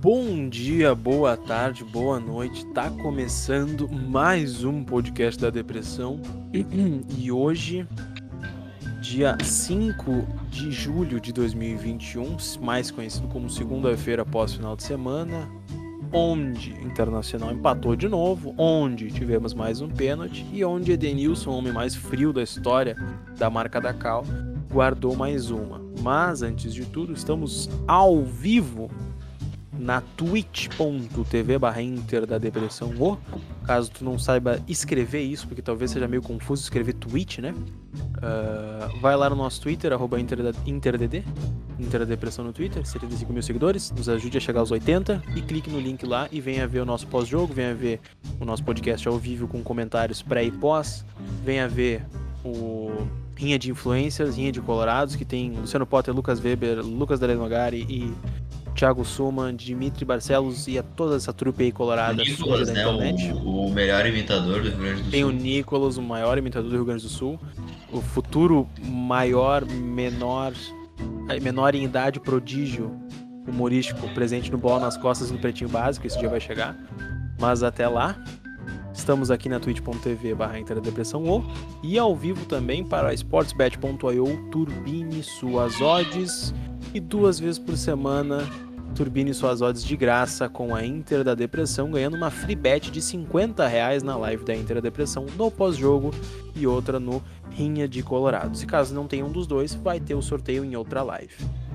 Bom dia, boa tarde, boa noite. Tá começando mais um podcast da depressão. E hoje, dia 5 de julho de 2021, mais conhecido como segunda-feira após final de semana, onde o Internacional empatou de novo, onde tivemos mais um pênalti e onde Edenilson, o homem mais frio da história da marca da Cal, guardou mais uma. Mas, antes de tudo, estamos ao vivo na twitch.tv/Inter da Depressão. Caso tu não saiba escrever isso, porque talvez seja meio confuso escrever Twitch, né? Vai lá no nosso Twitter, @InterDD, Inter da Depressão no Twitter, 75 mil seguidores, nos ajude a chegar aos 80 e clique no link lá e venha ver o nosso pós-jogo, venha ver o nosso podcast ao vivo com comentários pré e pós, venha ver o Rinha de Influencers, Rinha de Colorados, que tem Luciano Potter, Lucas Weber, Lucas Dalenogari e Thiago Suman, Dimitri Barcelos e a toda essa trupe aí colorada. O Nicolas, né? O melhor imitador do Rio Grande do Sul. Tem o Nicolas, o maior imitador do Rio Grande do Sul. O futuro menor em idade, prodígio humorístico, presente no Bola nas Costas e no Pretinho Básico. Esse dia vai chegar. Mas até lá, estamos aqui na twitch.tv/Interdepressão e ao vivo também para sportsbet.io. Turbine suas odds e 2 vezes por semana turbine suas odds de graça com a Inter da Depressão, ganhando uma free bet de R$50 na live da Inter da Depressão no pós-jogo e outra no Rinha de Colorado. Se caso não tenha um dos dois, vai ter o sorteio em outra live.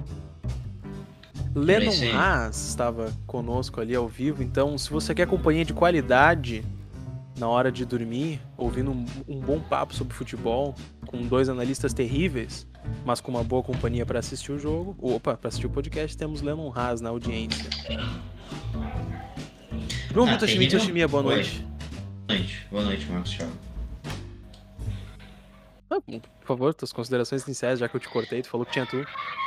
Lennon Haas estava conosco ali ao vivo, então se você quer companhia de qualidade na hora de dormir, ouvindo um bom papo sobre futebol, com 2 analistas terríveis, mas com uma boa companhia para assistir o jogo, para assistir o podcast, temos Lennon Haas na audiência. João Vitor Schmidt, boa noite. Boa noite, Marcos Thiago. Por favor, tuas considerações iniciais, já que eu te cortei, tu falou que tinha tu.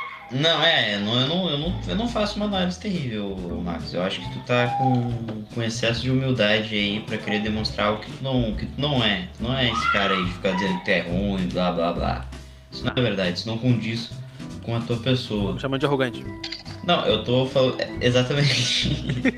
Eu não faço uma análise terrível, Marcos. Eu acho que tu tá com excesso de humildade aí pra querer demonstrar o que tu não é. Tu não é esse cara aí de ficar dizendo que tu é ruim, blá blá blá. Isso não é verdade, isso não condiz com a tua pessoa. Me chamando de arrogante. Não, eu tô falando exatamente.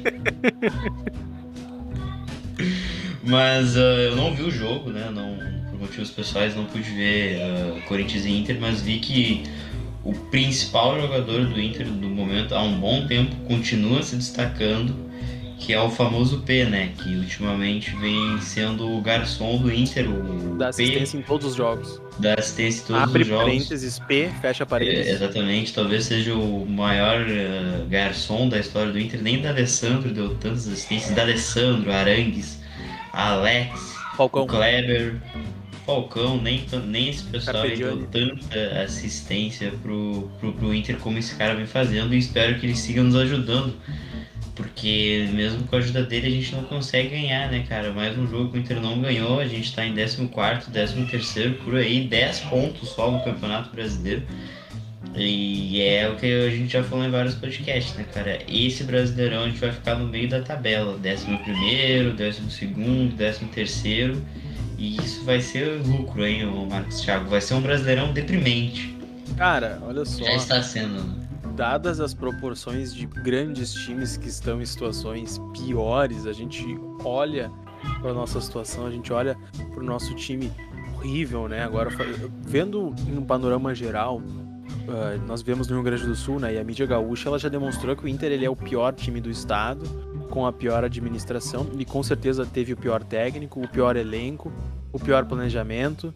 Mas eu não vi o jogo, né? Por motivos pessoais não pude ver Corinthians e Inter, mas vi que o principal jogador do Inter do momento há um bom tempo continua se destacando, que é o famoso P, né? Que ultimamente vem sendo o garçom do Inter, da assistência em todos os jogos. Da assistência em todos Abre os jogos. Parênteses, P, fecha parênteses. Exatamente, talvez seja o maior garçom da história do Inter. Nem da Alessandro deu tantas assistências. Da Alessandro, Arangues, Alex, Falcão. Kleber, Falcão, nem esse pessoal aí deu tanta assistência pro Inter como esse cara vem fazendo, e espero que ele siga nos ajudando, porque mesmo com a ajuda dele a gente não consegue ganhar, né, cara? Mais um jogo que o Inter não ganhou, a gente tá em 14º, 13º, por aí, 10 pontos só no Campeonato Brasileiro, e é o que a gente já falou em vários podcasts, né, cara? Esse Brasileirão a gente vai ficar no meio da tabela, 11º, 12º, 13º, e isso vai ser lucro, hein, o Marcos Thiago? Vai ser um Brasileirão deprimente. Cara, olha só. Já está sendo, né? Dadas as proporções de grandes times que estão em situações piores, a gente olha para a nossa situação, a gente olha para o nosso time horrível, né? Agora, vendo em um panorama geral, nós vemos no Rio Grande do Sul, né? E a mídia gaúcha, ela já demonstrou que o Inter ele é o pior time do estado, com a pior administração, e com certeza teve o pior técnico, o pior elenco, o pior planejamento.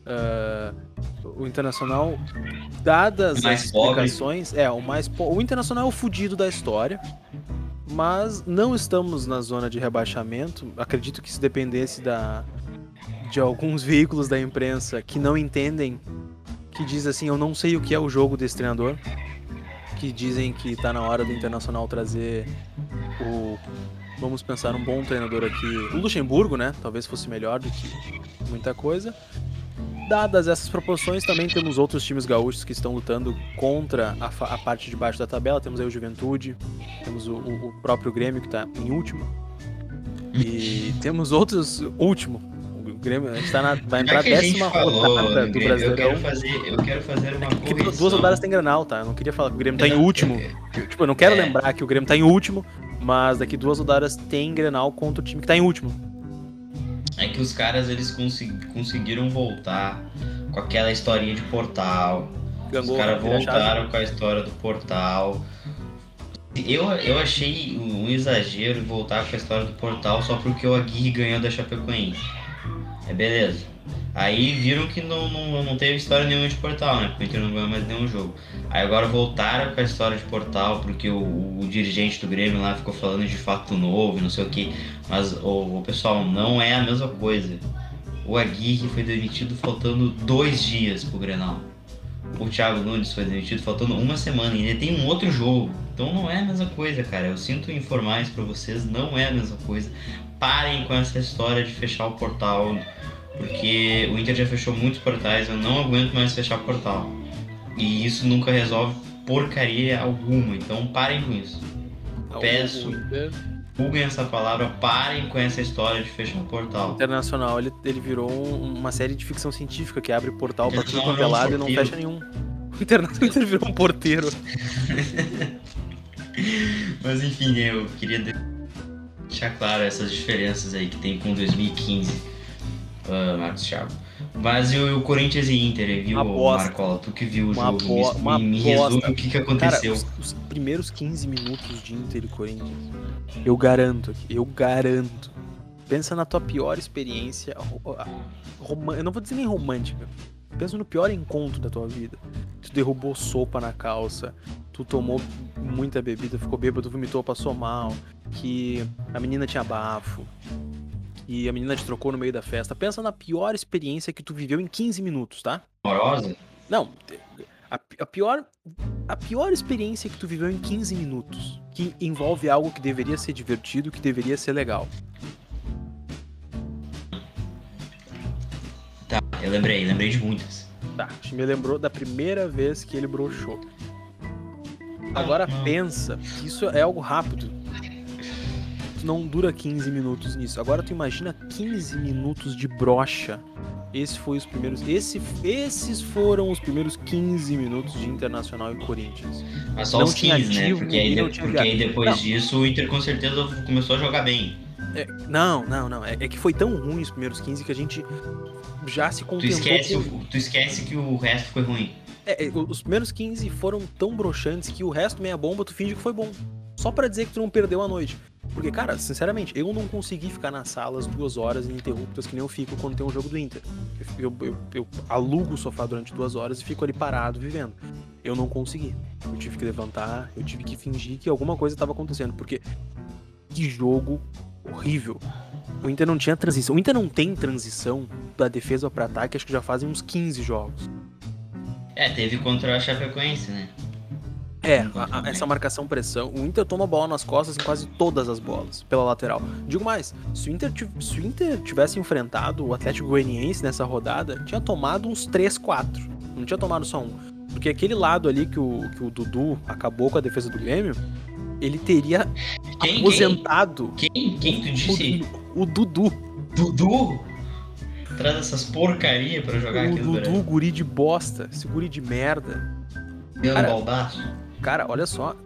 O Internacional, dadas as explicações, o Internacional é o fudido da história, mas não estamos na zona de rebaixamento. Acredito que se dependesse de alguns veículos da imprensa que não entendem, que diz assim, eu não sei o que é o jogo desse treinador, que dizem que tá na hora do Internacional trazer vamos pensar, um bom treinador aqui, o Luxemburgo, né? Talvez fosse melhor do que muita coisa. Dadas essas proporções, também temos outros times gaúchos que estão lutando contra a parte de baixo da tabela. Temos aí o Juventude, temos o próprio Grêmio, que tá em último, e temos outros último. O Grêmio, a gente vai entrar a 10ª rodada do Brasileirão. Eu quero fazer uma correção. 2 rodadas tem Grenal, tá? Eu não queria falar que o Grêmio tá em último. Tipo, eu não quero lembrar que o Grêmio tá em último Mas daqui 2 rodadas tem Grenal contra o time que tá em último. É que os caras, eles conseguiram voltar com aquela historinha de Portal. Os caras voltaram com a história do Portal. Eu achei um exagero voltar com a história do Portal só porque o Aguirre ganhou da Chapecoense. Beleza. Aí viram que não teve história nenhuma de Portal, né? Porque o Inter não ganhou mais nenhum jogo. Aí agora voltaram com a história de Portal porque o dirigente do Grêmio lá ficou falando de fato novo e não sei o que. Mas, o pessoal, não é a mesma coisa. O Aguirre foi demitido faltando 2 dias pro Grenal. O Thiago Nunes foi demitido faltando 1 semana e ainda tem um outro jogo. Então não é a mesma coisa, cara. Eu sinto informar isso pra vocês, não é a mesma coisa. Parem com essa história de fechar o Portal, porque o Inter já fechou muitos portais, eu não aguento mais fechar o Portal. E isso nunca resolve porcaria alguma, então parem com isso. Peço, buguem essa palavra, parem com essa história de fechar o Portal. O Internacional, ele virou uma série de ficção científica que abre portal pra tudo quanto é lado e não fecha nenhum. O Internacional virou um porteiro. Mas enfim, eu queria deixar claro essas diferenças aí que tem com 2015, Marcos Thiago. Mas o Corinthians e Inter, viu, Marcola? Tu que viu o jogo, me resume o que aconteceu. Cara, os primeiros 15 minutos de Inter e Corinthians, eu garanto. Pensa na tua pior experiência, eu não vou dizer nem romântica, pensa no pior encontro da tua vida. Tu derrubou sopa na calça, tu tomou muita bebida, ficou bêbado, vomitou, passou mal, que a menina tinha bafo, e a menina te trocou no meio da festa. Pensa na pior experiência que tu viveu em 15 minutos, tá? Amorosa? Não, a pior experiência que tu viveu em 15 minutos, que envolve algo que deveria ser divertido, que deveria ser legal. Tá, eu lembrei de muitas. Tá, me lembrou da primeira vez que ele broxou. Agora pensa que isso é algo rápido. Tu não dura 15 minutos nisso. Agora tu imagina 15 minutos de brocha. Esses foram os primeiros 15 minutos de Internacional e Corinthians. Mas só não os 15, né? Porque aí depois disso o Inter com certeza começou a jogar bem. Não. É que foi tão ruim os primeiros 15 que a gente já se contentou. Tu esquece que o resto foi ruim. Os primeiros 15 foram tão broxantes que o resto meia bomba tu finge que foi bom. Só pra dizer que tu não perdeu a noite. Porque, cara, sinceramente, eu não consegui ficar nas salas 2 horas ininterruptas que nem eu fico quando tem um jogo do Inter. Eu alugo o sofá durante 2 horas e fico ali parado, vivendo. Eu não consegui. Eu tive que levantar, eu tive que fingir que alguma coisa estava acontecendo. Porque que jogo horrível. O Inter não tinha transição. O Inter não tem transição da defesa para ataque, acho que já fazem uns 15 jogos. Teve contra a Chapecoense, né? Essa marcação-pressão. O Inter toma a bola nas costas em quase todas as bolas, pela lateral. Digo mais, se o Inter tivesse enfrentado o Atlético Goianiense nessa rodada, tinha tomado uns 3, 4. Não tinha tomado só um. Porque aquele lado ali que o Dudu acabou com a defesa do Grêmio, ele teria aposentado. Quem tu disse? O Dudu. Dudu? Traz essas porcaria pra jogar aqui no Brasil. O Dudu, guri de bosta. Esse guri de merda. Cara, olha só.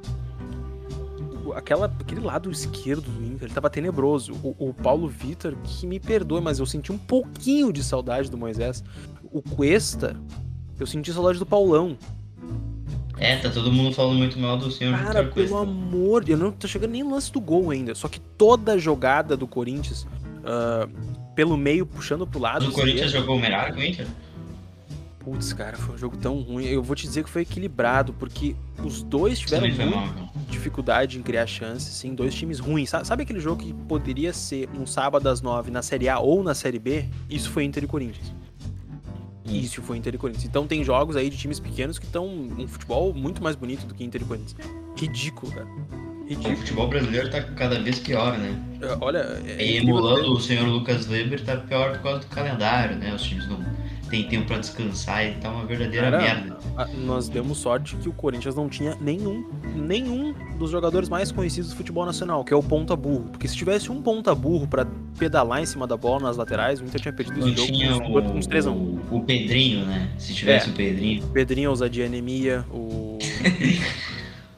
Aquele lado esquerdo do Inter, ele tava tenebroso. O Paulo Vitor, que me perdoe, mas eu senti um pouquinho de saudade do Moisés. O Cuesta, eu senti saudade do Paulão. Tá todo mundo falando muito mal do senhor Cara, Victor Cuesta. Pelo amor de Deus, eu não tô chegando nem no lance do gol ainda. Só que toda a jogada do Corinthians, pelo meio, puxando pro lado... O Corinthians jogou melhor que o Inter? Putz, cara, foi um jogo tão ruim. Eu vou te dizer que foi equilibrado, porque os dois tiveram muita dificuldade em criar chances, sim, 2 times ruins. Sabe aquele jogo que poderia ser um sábado às 9 na Série A ou na Série B? Isso foi Inter e Corinthians. Isso foi Inter e Corinthians. Então tem jogos aí de times pequenos que estão um futebol muito mais bonito do que Inter e Corinthians. Ridículo, cara. O futebol brasileiro tá cada vez pior, né? Olha... emulando o senhor Lucas Weber, tá pior por causa do calendário, né? Os times não tem tempo pra descansar e tá uma verdadeira merda. Nós demos sorte que o Corinthians não tinha nenhum dos jogadores mais conhecidos do futebol nacional, que é o ponta burro. Porque se tivesse um ponta burro pra pedalar em cima da bola nas laterais, o Inter tinha perdido esse jogo uns 3-1. O Pedrinho, né? Se tivesse o Pedrinho. O Pedrinho, a ousadia anemia,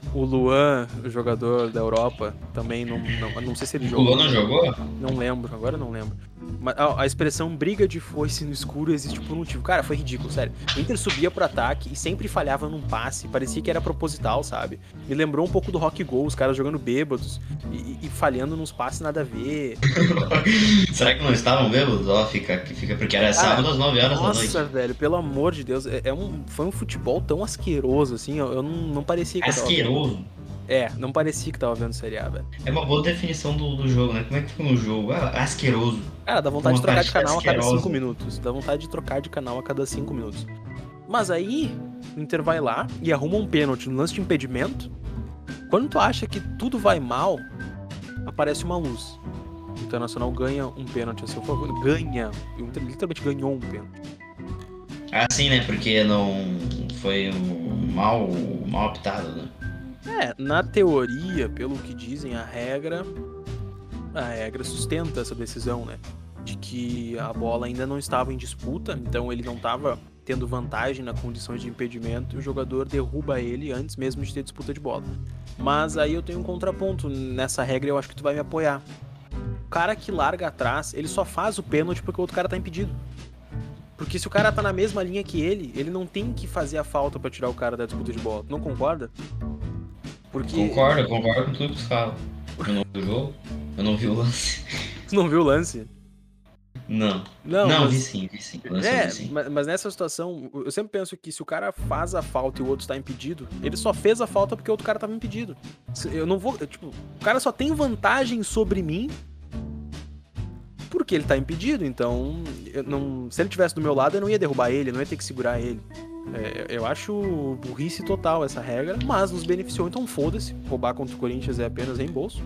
O Luan, o jogador da Europa, também não sei se ele jogou. O Luan não jogou? Não lembro, agora não lembro. Mas a expressão briga de foice no escuro existe por um motivo. Cara, foi ridículo, sério. O Inter subia pro ataque e sempre falhava num passe. Parecia que era proposital, sabe? Me lembrou um pouco do Rock Go, os caras jogando bêbados e falhando nos passes nada a ver. Será que não estavam bêbados? Ó, fica porque era sábado às 9 horas da noite. Nossa, velho, pelo amor de Deus. Foi um futebol tão asqueroso, assim. Eu não parecia que asqueroso? Não parecia que tava vendo Série A, velho. É uma boa definição do jogo, né? Como é que foi no jogo? Asqueroso. Cara, dá vontade de trocar de canal a cada 5 minutos. Dá vontade de trocar de canal a cada 5 minutos. Mas aí, o Inter vai lá e arruma um pênalti no lance de impedimento. Quando tu acha que tudo vai mal, aparece uma luz. O Internacional ganha um pênalti a seu favor. Ganha. O Inter literalmente ganhou um pênalti. Sim, né? Porque não foi mal optado, né? Na teoria, pelo que dizem, a regra sustenta essa decisão, né? De que a bola ainda não estava em disputa, então ele não estava tendo vantagem na condição de impedimento e o jogador derruba ele antes mesmo de ter disputa de bola. Mas aí eu tenho um contraponto nessa regra e eu acho que tu vai me apoiar. O cara que larga atrás, ele só faz o pênalti porque o outro cara tá impedido. Porque se o cara tá na mesma linha que ele não tem que fazer a falta pra tirar o cara da disputa de bola. Não concorda? Porque... Concordo com tudo que tu fala. Eu não vi o jogo, eu não vi o lance. Tu não viu o lance? Não, vi sim. Mas nessa situação, eu sempre penso que se o cara faz a falta e o outro está impedido, ele só fez a falta porque o outro cara estava impedido. Eu não vou... o cara só tem vantagem sobre mim porque ele tá impedido, então se ele tivesse do meu lado eu não ia derrubar ele, não ia ter que segurar ele. Eu acho burrice total essa regra, mas nos beneficiou, então foda-se. Roubar contra o Corinthians é apenas reembolso.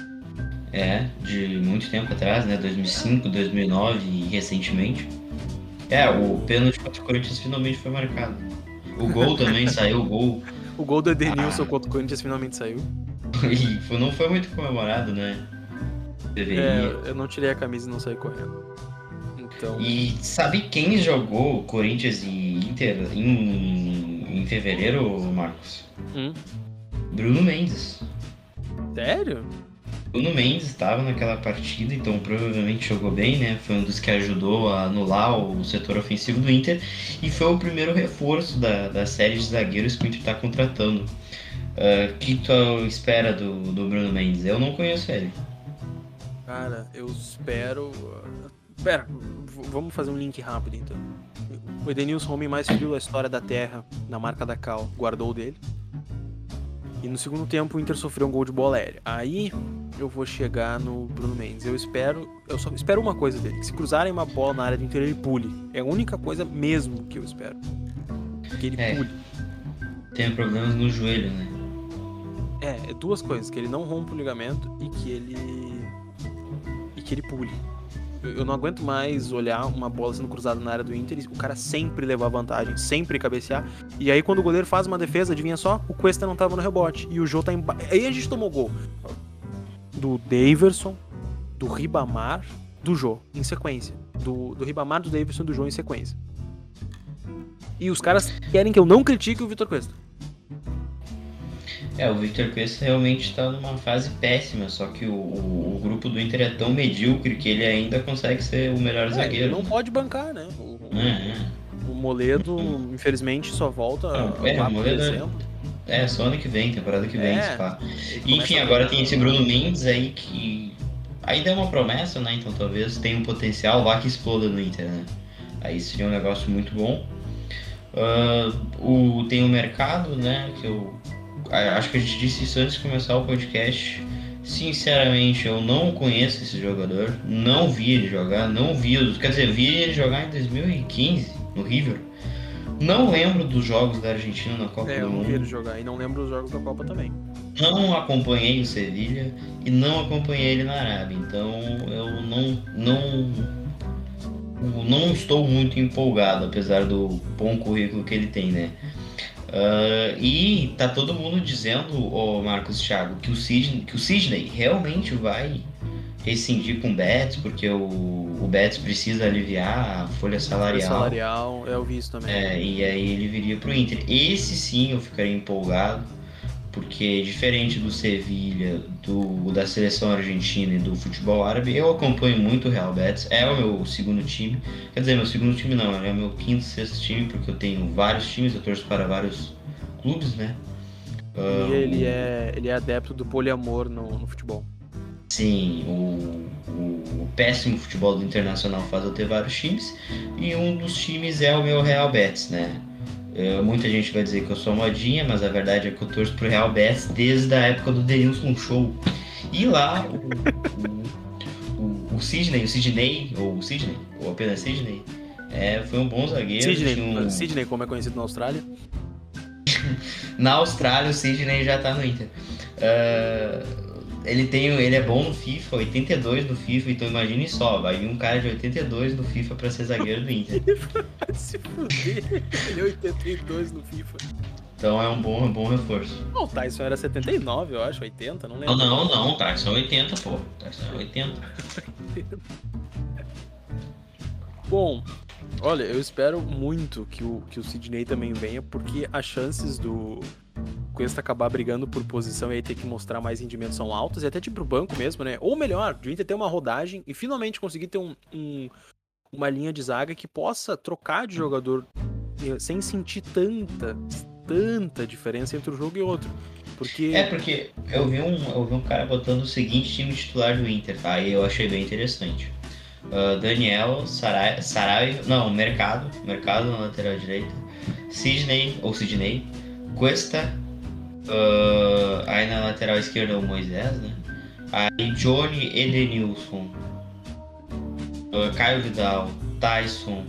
De muito tempo atrás, né? 2005, 2009 e recentemente. O pênalti contra o Corinthians finalmente foi marcado. O gol também saiu, o gol. O gol do Edenilson contra o Corinthians finalmente saiu. E não foi muito comemorado, né? Eu não tirei a camisa e não saí correndo. Então... E sabe quem jogou Corinthians e Inter em fevereiro, Marcos? Bruno Mendes. Sério? Bruno Mendes estava naquela partida, então provavelmente jogou bem, né? Foi um dos que ajudou a anular o setor ofensivo do Inter e foi o primeiro reforço da série de zagueiros que o Inter está contratando. O que tu espera do Bruno Mendes? Eu não conheço ele. Cara, eu espero... Pera, vamos fazer um link rápido então. O Edenilson, o homem mais frio da história da Terra, na marca da Cal, guardou dele. E no segundo tempo o Inter sofreu um gol de bola aérea. Aí eu vou chegar no Bruno Mendes. Eu só espero uma coisa dele: que se cruzarem uma bola na área do Inter, ele pule. É a única coisa mesmo que eu espero. Que ele pule. Tem problemas no joelho, né? É duas coisas: que ele não rompa o ligamento e que ele pule. Eu não aguento mais olhar uma bola sendo cruzada na área do Inter e o cara sempre levar vantagem, sempre cabecear. E aí quando o goleiro faz uma defesa, adivinha só? O Cuesta não tava no rebote e o Jô tá embaixo. Aí a gente tomou gol do Daverson, do Ribamar, do Jô, em sequência. Do Ribamar, do Daverson e do Jô em sequência. E os caras querem que eu não critique o Vitor Cuesta. O Vitor Cuesta realmente está numa fase péssima, só que o grupo do Inter é tão medíocre que ele ainda consegue ser o melhor zagueiro. Ele não pode bancar, né? O Moledo, infelizmente, só volta o Moledo só ano que vem, temporada que vem. Enfim, agora tem esse Bruno Mendes aí que ainda é uma promessa, né? Então talvez tenha um potencial lá que exploda no Inter, né? Aí seria um negócio muito bom. Tem o mercado, né? Que eu acho que a gente disse isso antes de começar o podcast. Sinceramente, eu não conheço esse jogador. Não vi ele jogar. Vi ele jogar em 2015 no River. Não lembro dos jogos da Argentina na Copa do Mundo. Eu não vi ele jogar e não lembro dos jogos da Copa também. Não acompanhei o Sevilha e não acompanhei ele na Arábia. Então eu não estou muito empolgado, apesar do bom currículo que ele tem, né? E tá todo mundo dizendo, Marcos Thiago, que o Sidney realmente vai rescindir com o Betis, porque o Betis precisa aliviar a folha salarial. Eu vi isso também. E aí ele viria pro Inter. Esse sim eu ficaria empolgado, porque diferente do Sevilha, da seleção argentina e do futebol árabe, eu acompanho muito o Real Betis, é o meu segundo time, quer dizer, meu segundo time não, é o meu quinto, sexto time, porque eu tenho vários times, eu torço para vários clubes, né? E ele é adepto do poliamor no futebol. Sim, o péssimo futebol do Internacional faz eu ter vários times, e um dos times é o meu Real Betis, né? Muita gente vai dizer que eu sou modinha, mas a verdade é que eu torço pro Real Betis desde a época do Denilson Show. E lá, o Sidney, ou apenas Sidney, foi um bom zagueiro. Sidney, como é conhecido na Austrália. Na Austrália, o Sidney já tá no Inter. Ele é bom no FIFA, 82 no FIFA, então imagine só, vai vir um cara de 82 no FIFA pra ser zagueiro do Inter. Se fuder, ele é 82 no FIFA. Então é um bom reforço. Não, o Tyson era 79, eu acho, 80, não lembro. Não, Tyson é 80, pô. Tyson é 80. Bom, olha, eu espero muito que o Sidney também venha, porque as chances do Cuesta acabar brigando por posição e aí ter que mostrar mais rendimentos são altas, e até tipo pro banco mesmo, né? Ou melhor, o Inter ter uma rodagem e finalmente conseguir ter uma linha de zaga que possa trocar de jogador sem sentir tanta diferença entre um jogo e outro. Porque eu vi um cara botando o seguinte time titular do Inter, tá? E eu achei bem interessante. Daniel, Mercado na lateral direita, Sidney, Cuesta, aí na lateral esquerda o Moisés, né? Aí Johnny, Edenilson, Caio Vidal, Tyson,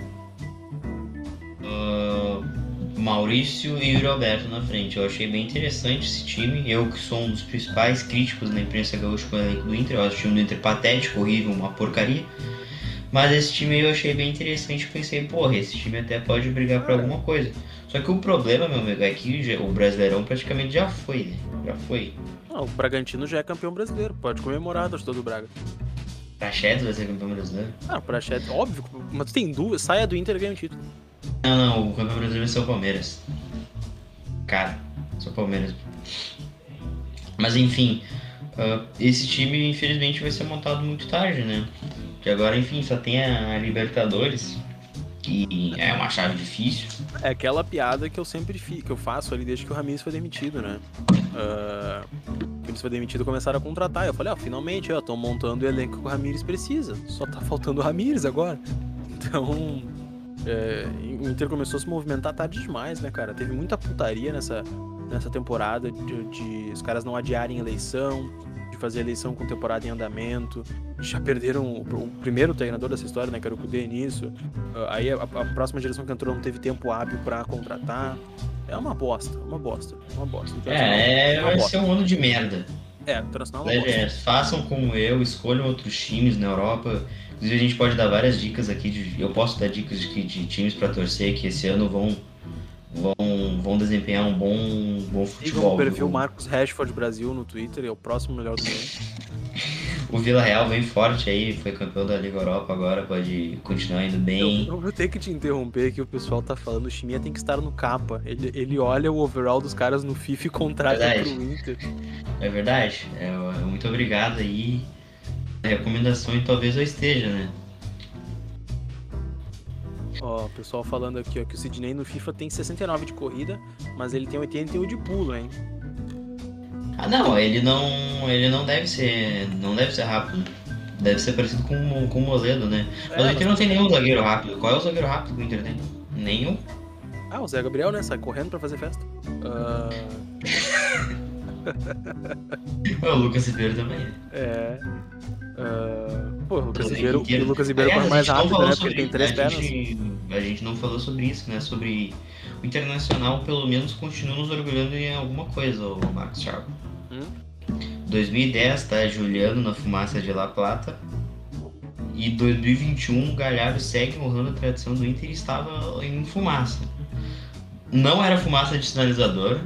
Maurício e Roberto na frente. Eu achei bem interessante esse time. Eu que sou um dos principais críticos na imprensa gaúcha com o elenco do Inter, eu acho o time do Inter patético, horrível, uma porcaria. Mas esse time eu achei bem interessante, pensei, porra, esse time até pode brigar pra alguma coisa. Só que o problema, meu amigo, é que o Brasileirão praticamente já foi, né? Já foi. Não, o Bragantino já é campeão brasileiro, pode comemorar, torcedor do Braga. Praxedes vai ser campeão brasileiro? Ah, o Praxedes, óbvio, mas tu tem dúvida, saia do Inter e ganha o título. Não, o campeão brasileiro vai ser o Palmeiras. Cara, sou Palmeiras. Mas enfim, esse time infelizmente vai ser montado muito tarde, né? Que agora, enfim, só tem a Libertadores, que é uma chave difícil. É aquela piada que eu sempre que eu faço ali desde que o Ramires foi demitido, né? O Ramires foi demitido e começaram a contratar. Eu falei, finalmente, estão montando o elenco que o Ramires precisa. Só tá faltando o Ramires agora. Então, o Inter começou a se movimentar tarde demais, né, cara? Teve muita putaria nessa temporada de os caras não adiarem eleição, de fazer eleição com temporada em andamento. Já perderam o primeiro treinador dessa história, né, que era o Cudê nisso. Aí a próxima geração que entrou não teve tempo hábil pra contratar. É uma bosta. Então, vai ser um ano de merda. Internacional é uma bosta. Façam como eu, escolham outros times na Europa. Inclusive a gente pode dar várias dicas aqui, eu posso dar dicas de times pra torcer que esse ano vão desempenhar um bom futebol. Sigam o perfil Marcos Rashford Brasil no Twitter, é o próximo melhor do mundo. O Vila Real vem forte aí, foi campeão da Liga Europa agora, pode continuar indo bem. Eu vou ter que te interromper que o pessoal tá falando, o Chiminha tem que estar no capa. Ele olha o overall dos caras no FIFA e contrata pro Inter. É verdade, muito obrigado aí. A recomendação e talvez eu esteja, né? Ó, o pessoal falando aqui, ó, que o Sidney no FIFA tem 69 de corrida, mas ele tem 81 de pulo, hein? Não, ele não deve ser rápido. Deve ser parecido com o Moledo, né? Mas o Inter não tem nenhum zagueiro rápido. Qual é o zagueiro rápido que o Inter tem? Nenhum? O Zé Gabriel, né? Sai correndo pra fazer festa. O Lucas Ribeiro também, né? O Lucas Ribeiro corre mais rápido, né? Porque ele tem 3 pernas. A gente não falou sobre isso, né? Sobre o Internacional, pelo menos, continua nos orgulhando em alguma coisa, o Marcos Thiago. 2010 tá Juliano na fumaça de La Plata. E 2021 o Galhardo segue honrando a tradição do Inter e estava em fumaça. Não era fumaça de sinalizador.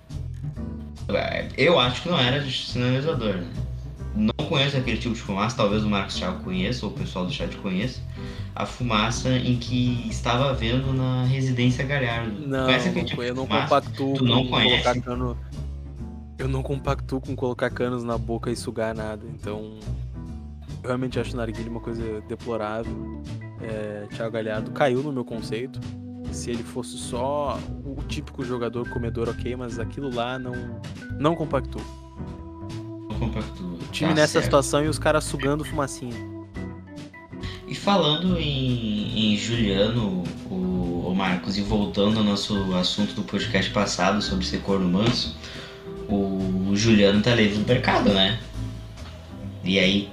Eu acho que não era de sinalizador, né? Não conheço aquele tipo de fumaça, talvez o Marcos Thiago conheça, ou o pessoal do chat conheça. A fumaça em que estava havendo na residência Galhardo. Não, eu não compactuo tu não conhece? Eu não compactuo com colocar canos na boca e sugar nada, então eu realmente acho o narguilé uma coisa deplorável. Thiago Galhardo caiu no meu conceito. Se ele fosse só o típico jogador comedor, ok, mas aquilo lá não compactuo. Não compactua. O time nessa situação e os caras sugando fumacinha. E falando em Juliano, o Marcos, e voltando ao nosso assunto do podcast passado sobre ser corno manso, o Juliano tá livre no mercado, né? E aí?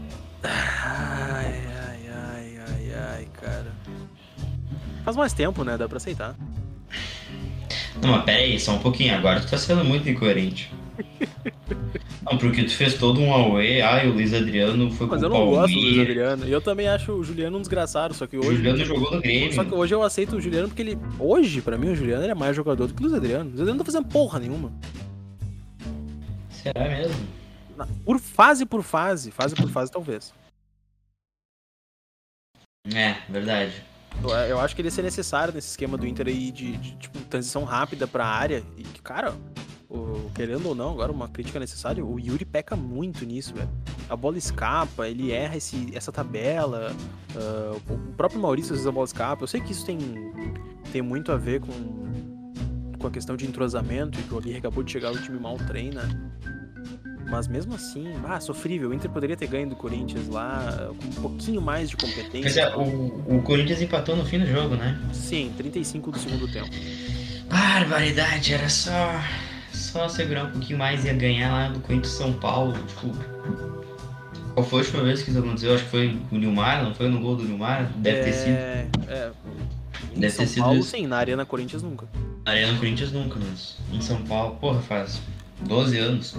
Ai, cara. Faz mais tempo, né? Dá pra aceitar. Não, mas pera aí, só um pouquinho. Agora tu tá sendo muito incoerente. Não, porque tu fez todo um auê, o Luiz Adriano foi mas pro Palmeiras. Mas eu não gosto do Luiz Adriano. E eu também acho o Juliano um desgraçado, só que hoje... O Juliano jogou no Grêmio. Só que hoje eu aceito o Juliano porque ele... Hoje, pra mim, o Juliano ele é mais jogador do que o Luiz Adriano. O Luiz Adriano não tá fazendo porra nenhuma. Será mesmo? Por fase, talvez. Verdade. Eu acho que ele ia ser necessário nesse esquema do Inter aí de tipo, transição rápida pra área. E, cara, querendo ou não, agora uma crítica necessária, o Yuri peca muito nisso, velho. A bola escapa, ele erra essa tabela. O próprio Maurício, às vezes, a bola escapa. Eu sei que isso tem muito a ver com a questão de entrosamento, e que o Aguirre acabou de chegar, o time mal treina. Mas mesmo assim, sofrível. O Inter poderia ter ganho do Corinthians lá com um pouquinho mais de competência. Mas o Corinthians empatou no fim do jogo, né? Sim, 35 do segundo tempo. Barbaridade, era só segurar um pouquinho mais e ia ganhar lá do Corinthians São Paulo. Tipo, qual foi a última vez que isso aconteceu? Acho que foi o Nilmar, não foi no gol do Nilmar? Deve ter sido. Em São Paulo, sim, na Arena Corinthians nunca. Na Arena Corinthians nunca, mas em São Paulo, porra, faz 12 anos.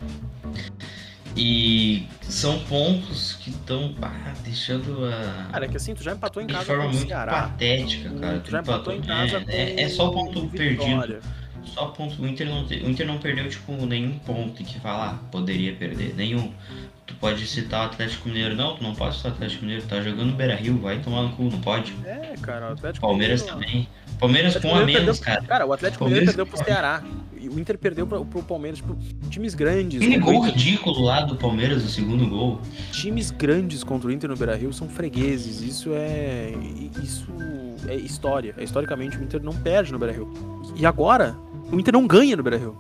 E são pontos que estão deixando a... Cara, é que assim, tu já empatou em casa de forma com o muito Ceará. patética, cara. Tu já empatou em casa com é só ponto Vitória. perdido. Só ponto. O Inter não perdeu, tipo, nenhum ponto que falar, poderia perder. Nenhum. Tu pode citar o Atlético Mineiro. Não, tu não pode citar o Atlético Mineiro. Tá jogando no Beira-Rio, vai tomar no cu, não pode. Cara, o Atlético Palmeiras Mineiro... também. Palmeiras com a menos, cara. Cara, o Atlético Mineiro perdeu pro Ceará. E o Inter perdeu pro Palmeiras. Tipo, times grandes. Aquele gol ridículo lá do Palmeiras, o segundo gol. Times grandes contra o Inter no Beira-Rio são fregueses. Isso é história. Historicamente, o Inter não perde no Beira-Rio. E agora, o Inter não ganha no Beira-Rio.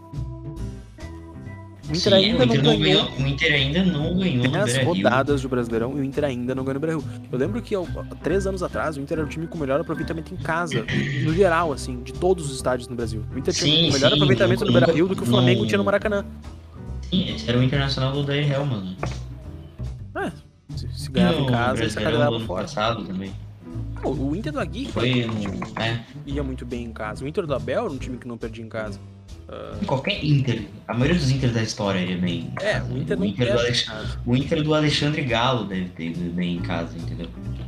O Inter ainda não ganhou. O Inter ainda não ganhou no Beira-Rio. As rodadas do Brasileirão e o Inter ainda não ganhou no Beira-Rio. Eu lembro que há 3 anos atrás o Inter era o time com o melhor aproveitamento em casa, no geral, assim, de todos os estádios no Brasil. O Inter tinha o melhor aproveitamento no Beira-Rio do que o Flamengo tinha no Maracanã. Sim, esse era o Internacional do Daí Real, mano. Se ganhava em casa, essa cara dava fora. Passado também. O Inter do Aguirre ia muito bem em casa. O Inter do Abel era um time que não perdia em casa. Qualquer Inter, a maioria dos Inter da história ia bem. O Inter não perde em casa. O Inter do Alexandre Galo deve ter ido bem em casa, entendeu?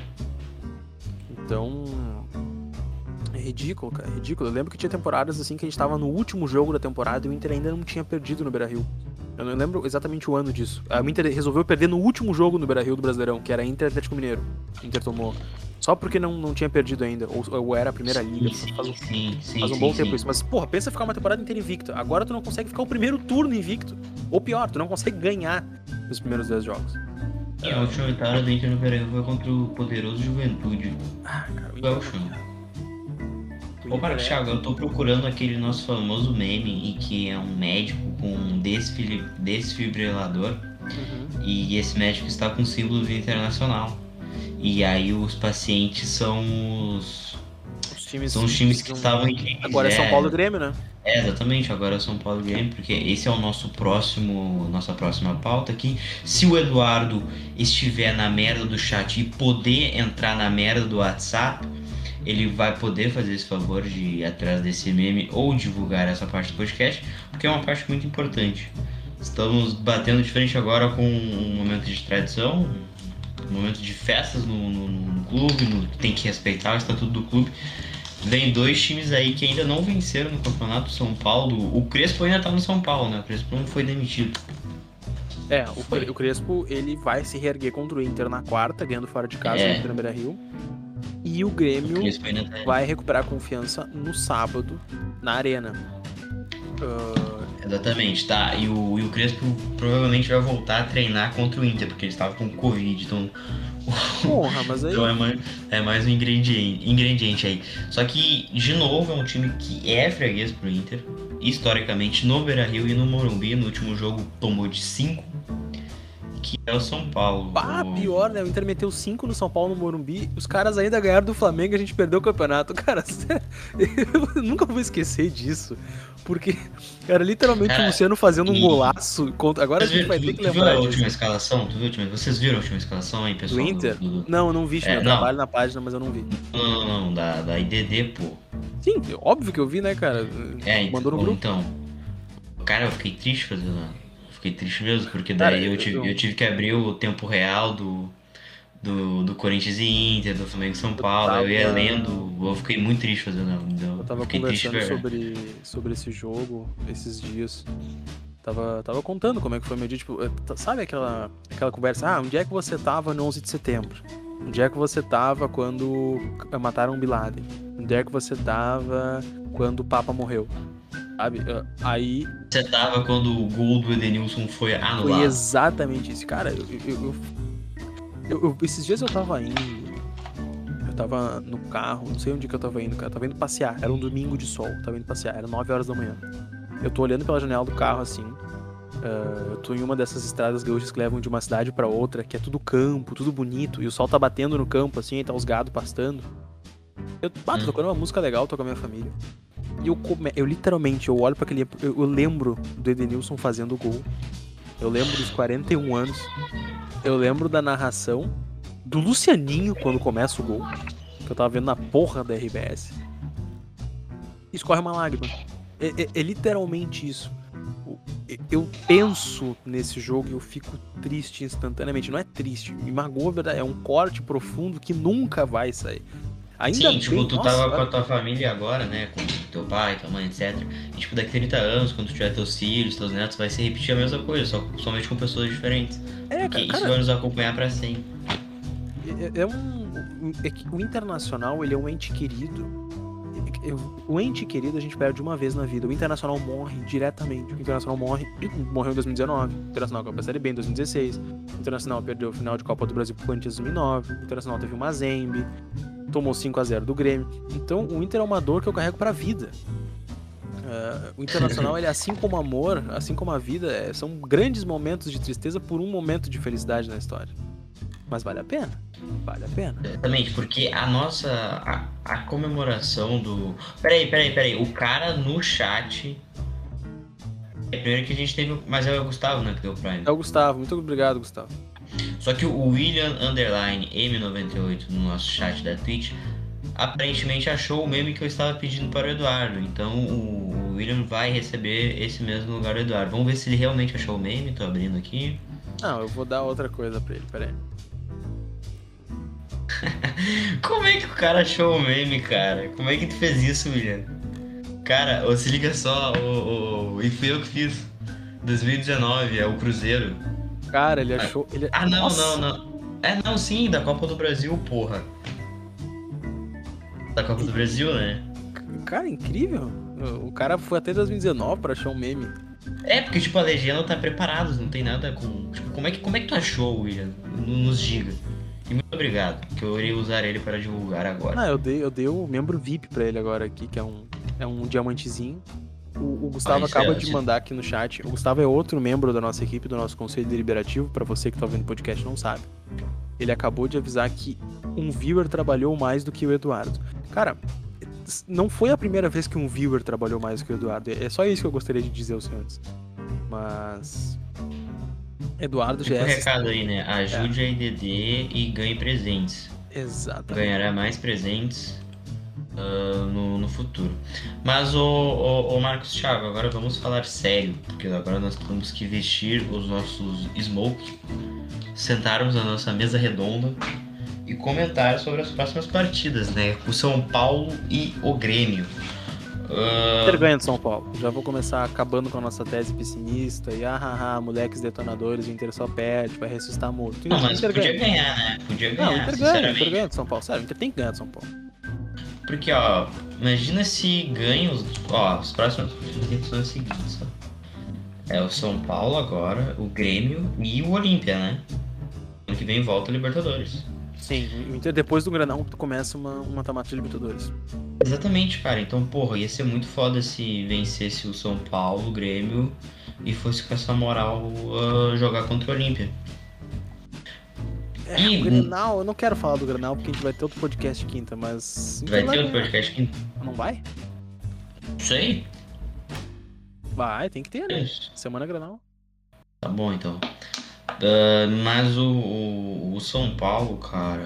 Então, é ridículo, cara, é ridículo. Eu lembro que tinha temporadas assim que a gente tava no último jogo da temporada e o Inter ainda não tinha perdido no Beira-Rio. Eu não lembro exatamente o ano disso. O Inter resolveu perder no último jogo no Beira-Rio do Brasileirão, que era Inter Atlético Mineiro. O Inter tomou. Só porque não tinha perdido ainda. Ou era a primeira liga. Faz um bom tempo isso. Mas, porra, pensa ficar uma temporada inteira invicto. Agora tu não consegue ficar o primeiro turno invicto. Ou pior, tu não consegue ganhar nos primeiros 10 jogos. E a última vitória do Inter no Beira-Rio foi contra o poderoso Juventude. Cara, o Inter... Ô, Thiago, eu tô procurando aquele nosso famoso meme em que é um médico com um desfibrilador. E esse médico está com o símbolo do Internacional. E aí os pacientes são os times que estavam em... Agora é São Paulo e Grêmio, né? Exatamente, agora é São Paulo e Grêmio, porque esse é o nossa próxima pauta aqui. Se o Eduardo estiver na merda do chat e poder entrar na merda do WhatsApp, ele vai poder fazer esse favor de ir atrás desse meme ou divulgar essa parte do podcast, porque é uma parte muito importante. Estamos batendo de frente agora com um momento de tradição, um momento de festas no clube, tem que respeitar o estatuto do clube. Vem 2 times aí que ainda não venceram no campeonato, São Paulo. O Crespo ainda tá no São Paulo, né? O Crespo não foi demitido. O Crespo, ele vai se reerguer contra o Inter na quarta, ganhando fora de casa, no Inter no Beira-Rio. E o Grêmio vai recuperar a confiança no sábado, na Arena. Exatamente, tá. E o Crespo provavelmente vai voltar a treinar contra o Inter, porque ele estava com Covid, então. Porra, mas aí. Então é mais um ingrediente aí. Só que, de novo, é um time que é freguês pro Inter. Historicamente, no Beira-Rio e no Morumbi, no último jogo tomou de 5, que é o São Paulo. Pior, né? O Inter meteu 5 no São Paulo, no Morumbi. Os caras ainda ganharam do Flamengo e a gente perdeu o campeonato. Cara, eu nunca vou esquecer disso. Porque era literalmente o Luciano fazendo um golaço. Agora a gente vai ter que lembrar. Tu viu a última escalação? Vocês viram a última escalação aí, pessoal? Do Inter? Não, eu não vi. Eu trabalho na página, mas eu não vi. Não, da IDD, pô. Sim, óbvio que eu vi, né, cara? Mandou no grupo. Então, cara, eu fiquei triste fazendo. Fiquei triste mesmo, porque daí eu tive que abrir o tempo real do Corinthians e Inter, do Flamengo e São Paulo. Eu ia lendo, eu fiquei muito triste fazendo. Eu tava conversando sobre esse jogo esses dias. Tava contando como é que foi meu dia. Tipo, sabe aquela conversa? Onde é que você tava no 11 de setembro? Onde é que você tava quando mataram o Bin Laden? Onde é que você tava quando o Papa morreu? Sabe? Aí... Você tava quando o gol do Edenilson foi anulado? Foi exatamente isso. Cara, esses dias eu tava no carro, não sei onde que eu tava indo, cara. Eu tava indo passear, era um domingo de sol, tava indo passear, era 9 horas da manhã. Eu tô olhando pela janela do carro, assim, eu tô em uma dessas estradas gaúchas que levam de uma cidade pra outra, que é tudo campo, tudo bonito, e o sol tá batendo no campo, assim, e tá os gados pastando. Eu tô tocando uma música legal, tô com a minha família. E eu literalmente, eu olho pra aquele... Eu lembro do Edenilson fazendo o gol. Eu lembro dos 41 anos. Eu lembro da narração do Lucianinho quando começa o gol. Que eu tava vendo na porra da RBS. Escorre uma lágrima. É literalmente isso. Eu penso nesse jogo e eu fico triste instantaneamente. Não é triste, me magoa, verdade. É um corte profundo que nunca vai sair. Ainda sim, tipo, tu tava com a tua família agora, né? Com teu pai, tua mãe, etc. E, tipo, daqui a 30 anos, quando tu tiver teus filhos, teus netos, vai se repetir a mesma coisa, somente com pessoas diferentes. Porque isso vai nos acompanhar pra sempre. O Internacional, ele é um ente querido. O ente querido a gente perde uma vez na vida. O Internacional morre diretamente. O Internacional morreu em 2019. O Internacional ganhou a Série B em 2016. O Internacional perdeu o final de Copa do Brasil pro Corinthians em 2009. O Internacional teve uma Zembe. Tomou 5-0 do Grêmio. Então o Inter é uma dor que eu carrego pra vida. O Internacional, ele, assim como amor, assim como a vida, são grandes momentos de tristeza por um momento de felicidade na história. Mas vale a pena. Vale a pena. Exatamente, porque a comemoração do... Peraí. O cara no chat... Primeiro que a gente teve... Mas é o Gustavo, né, que deu o Prime. É o Gustavo. Muito obrigado, Gustavo. Só que o William _M98 no nosso chat da Twitch aparentemente achou o meme que eu estava pedindo para o Eduardo. Então o William vai receber esse mesmo lugar do Eduardo. Vamos ver se ele realmente achou o meme. Tô abrindo aqui. Não, eu vou dar outra coisa pra ele, peraí. Como é que o cara achou o meme, cara? Como é que tu fez isso, William? Cara, se liga só, e fui eu que fiz. 2019, é o Cruzeiro. Cara, ele achou... Não. Não, sim, da Copa do Brasil, porra. Da Copa do Brasil, né? Cara, incrível. O cara foi até 2019 pra achar um meme. Porque, tipo, a legenda tá preparada, não tem nada com... Tipo, como é que tu achou, William? Nos diga. E muito obrigado, que eu irei usar ele para divulgar agora. Eu dei o membro VIP pra ele agora aqui, que é um diamantezinho. O Gustavo acaba de mandar aqui no chat. O Gustavo é outro membro da nossa equipe, do nosso Conselho Deliberativo. Pra você que tá ouvindo o podcast não sabe. Ele acabou de avisar que um viewer trabalhou mais do que o Eduardo. Cara, não foi a primeira vez que um viewer trabalhou mais do que o Eduardo. É só isso que eu gostaria de dizer aos senhores. Mas... Eduardo já é... recado aí, né? Ajude a IDD e ganhe presentes. Exatamente. Ganhará mais presentes no futuro. Mas, o Marcos Thiago, agora vamos falar sério, porque agora nós temos que vestir os nossos smoke, sentarmos na nossa mesa redonda e comentar sobre as próximas partidas, né? O São Paulo e o Grêmio. Inter ganha de São Paulo. Já vou começar acabando com a nossa tese pessimista. E moleques detonadores, o Inter só perde, vai ressuscitar morto. Não, mas podia ganhar, né? Podia ganhar, não, o Inter ganha de São Paulo. Sério, o Inter tem que ganhar de São Paulo. Porque, imagina se ganha os próximos são os seguintes, ó. É o São Paulo agora, o Grêmio e o Olímpia, né? Ano que vem volta o Libertadores. Sim, o Inter depois do Grenal começa um mata-mata de Libertadores. Exatamente, cara. Então, porra, ia ser muito foda se vencesse o São Paulo, o Grêmio, e fosse com essa moral jogar contra o Olímpia. O Grenal, eu não quero falar do Grenal porque a gente vai ter outro podcast quinta, mas... Vai ter outro podcast quinta? Não vai? Sei. Vai, tem que ter, né? Semana Grenal. Tá bom, então. Mas o São Paulo, cara...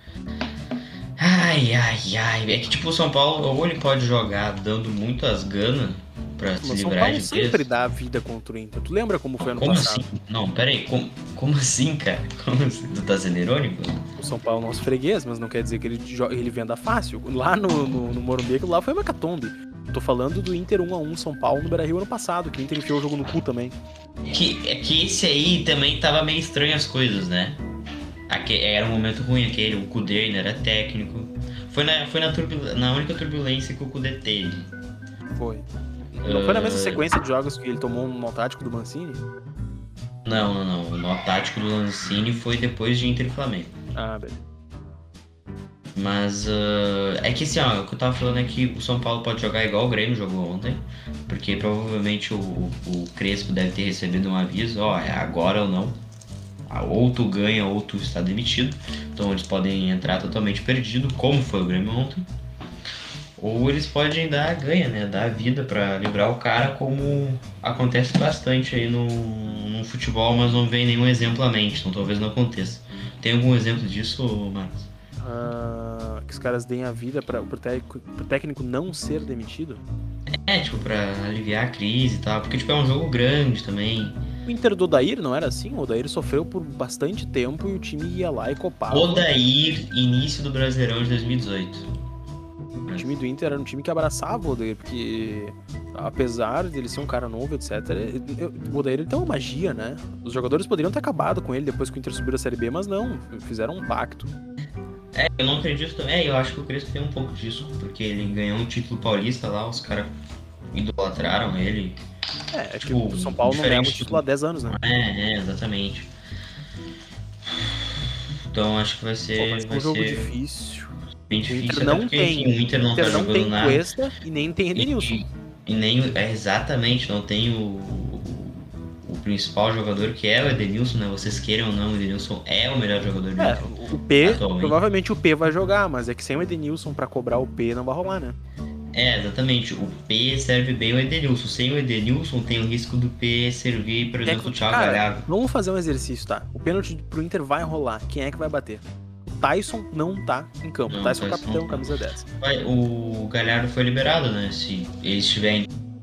Ai. É que, tipo, o São Paulo, ou ele pode jogar dando muitas ganas pra se livrar de São Paulo sempre dá a vida contra o Inter. Tu lembra como foi ano passado? Assim? Não, pera aí. Como assim, cara? Como assim? Tu tá sendo irônico? O São Paulo é nosso freguês, mas não quer dizer que ele venda fácil. Lá no Morumbi, lá foi uma hecatombe. Tô falando do Inter 1-1 São Paulo no Beira-Rio ano passado, que o Inter enfiou o jogo no cu também. É que esse aí também tava meio estranho as coisas, né? Era um momento ruim aquele, o Kudê ainda era técnico. Foi na única turbulência que o Kudê teve. Foi. Não foi na mesma sequência de jogos que ele tomou um nó tático do Mancini? Não. O nó tático do Mancini foi depois de Inter e Flamengo. Ah, beleza. Mas é que assim, ó, o que eu tava falando é que o São Paulo pode jogar igual o Grêmio jogou ontem, porque provavelmente o Crespo deve ter recebido um aviso, ó, é agora ou não. Ou tu ganha ou tu está demitido. Então eles podem entrar totalmente perdido, como foi o Grêmio ontem. Ou eles podem dar a ganha, né? Dar a vida pra livrar o cara, como acontece bastante aí no futebol, mas não vem nenhum exemplo à mente, então talvez não aconteça. Tem algum exemplo disso, Marcos? Que os caras deem a vida pro técnico não ser demitido? Tipo, pra aliviar a crise e tal, porque tipo, é um jogo grande também. O Inter do Odair não era assim? O Odair sofreu por bastante tempo e o time ia lá e copava. Odair, início do Brasileirão de 2018. O time do Inter era um time que abraçava o Odair, porque apesar de ele ser um cara novo, etc., o Odair ele tem uma magia, né? Os jogadores poderiam ter acabado com ele depois que o Inter subiu da Série B, mas não, fizeram um pacto. Eu não acredito também. Eu acho que o Crespo tem um pouco disso, porque ele ganhou um título paulista lá, os caras idolatraram ele. Que o São Paulo não ganhava o título há 10 anos, né? Exatamente. Então acho que vai ser um jogo difícil. Bem difícil, o Inter não tem. O Inter não tá jogando nada. Cuesta e nem tem Edenilson. E nem exatamente, não tem o principal jogador, que é o Edenilson, né? Vocês queiram ou não, o Edenilson é o melhor jogador do Inter. O P, provavelmente o P vai jogar, mas é que sem o Edenilson pra cobrar o P não vai rolar, né? Exatamente. O P serve bem o Edenilson. Sem o Edenilson tem o risco do P servir, por exemplo, o Thiago Galhardo. Vamos fazer um exercício, tá? O pênalti pro Inter vai rolar. Quem é que vai bater? O Tyson não tá em campo. O Tyson é o capitão, camisa 10. O Galhardo foi liberado, né? Se ele estiver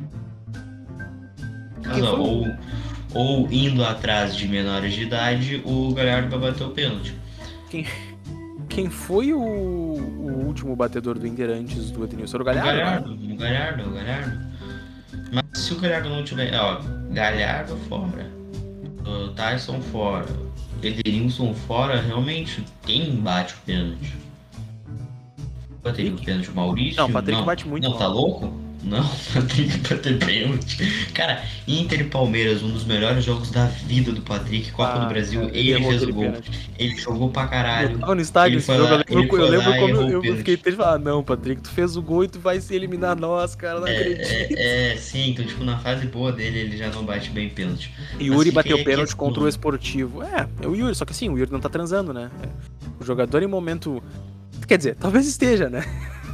ou indo atrás de menores de idade, o Galhardo vai bater o pênalti. Quem foi o último batedor do Inter antes do Edenilson? Era o Galhardo? O Galhardo. Mas se o Galhardo não tiver... Galhardo fora, Tyson fora, Edenilson fora, realmente quem bate o pênalti? Bateria o pênalti, o Maurício? Não, o Patrick bate muito. Não, tá louco? Não, Patrick bater pênalti. Cara, Inter e Palmeiras, um dos melhores jogos da vida do Patrick, Copa do Brasil, ele fez o gol. Ele jogou pra caralho. Eu tava no estádio esse jogo, eu lembro quando eu fiquei triste e falei, não, Patrick, tu fez o gol e tu vai se eliminar nós, cara, não acredito. Sim, então tipo, na fase boa dele, ele já não bate bem pênalti. Yuri bateu pênalti contra o Esportivo. É o Yuri, só que assim, o Yuri não tá transando, né? O jogador em momento... Quer dizer, talvez esteja, né?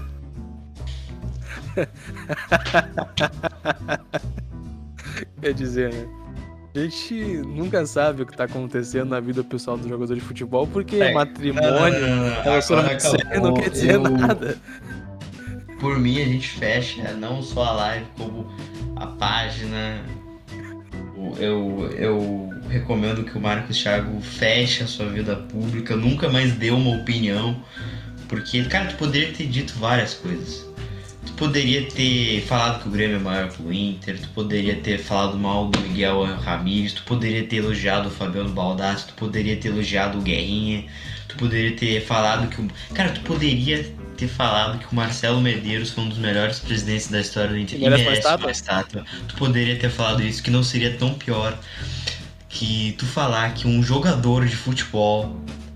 Quer dizer, né? A gente nunca sabe o que tá acontecendo na vida pessoal do jogador de futebol, porque matrimônio, relacionamento sério não quer dizer nada. Por mim, a gente fecha não só a live, como a página. Eu recomendo que o Marcos Thiago feche a sua vida pública, nunca mais dê uma opinião, porque, cara, tu poderia ter dito várias coisas. Tu poderia ter falado que o Grêmio é maior que o Inter, tu poderia ter falado mal do Miguel Ramírez, tu poderia ter elogiado o Fabiano Baldassi, tu poderia ter elogiado o Guerrinha, tu poderia ter falado que o... Cara, tu poderia ter falado que o Marcelo Medeiros foi um dos melhores presidentes da história do Inter e merece uma estátua. Tu poderia ter falado isso, que não seria tão pior que tu falar que um jogador de futebol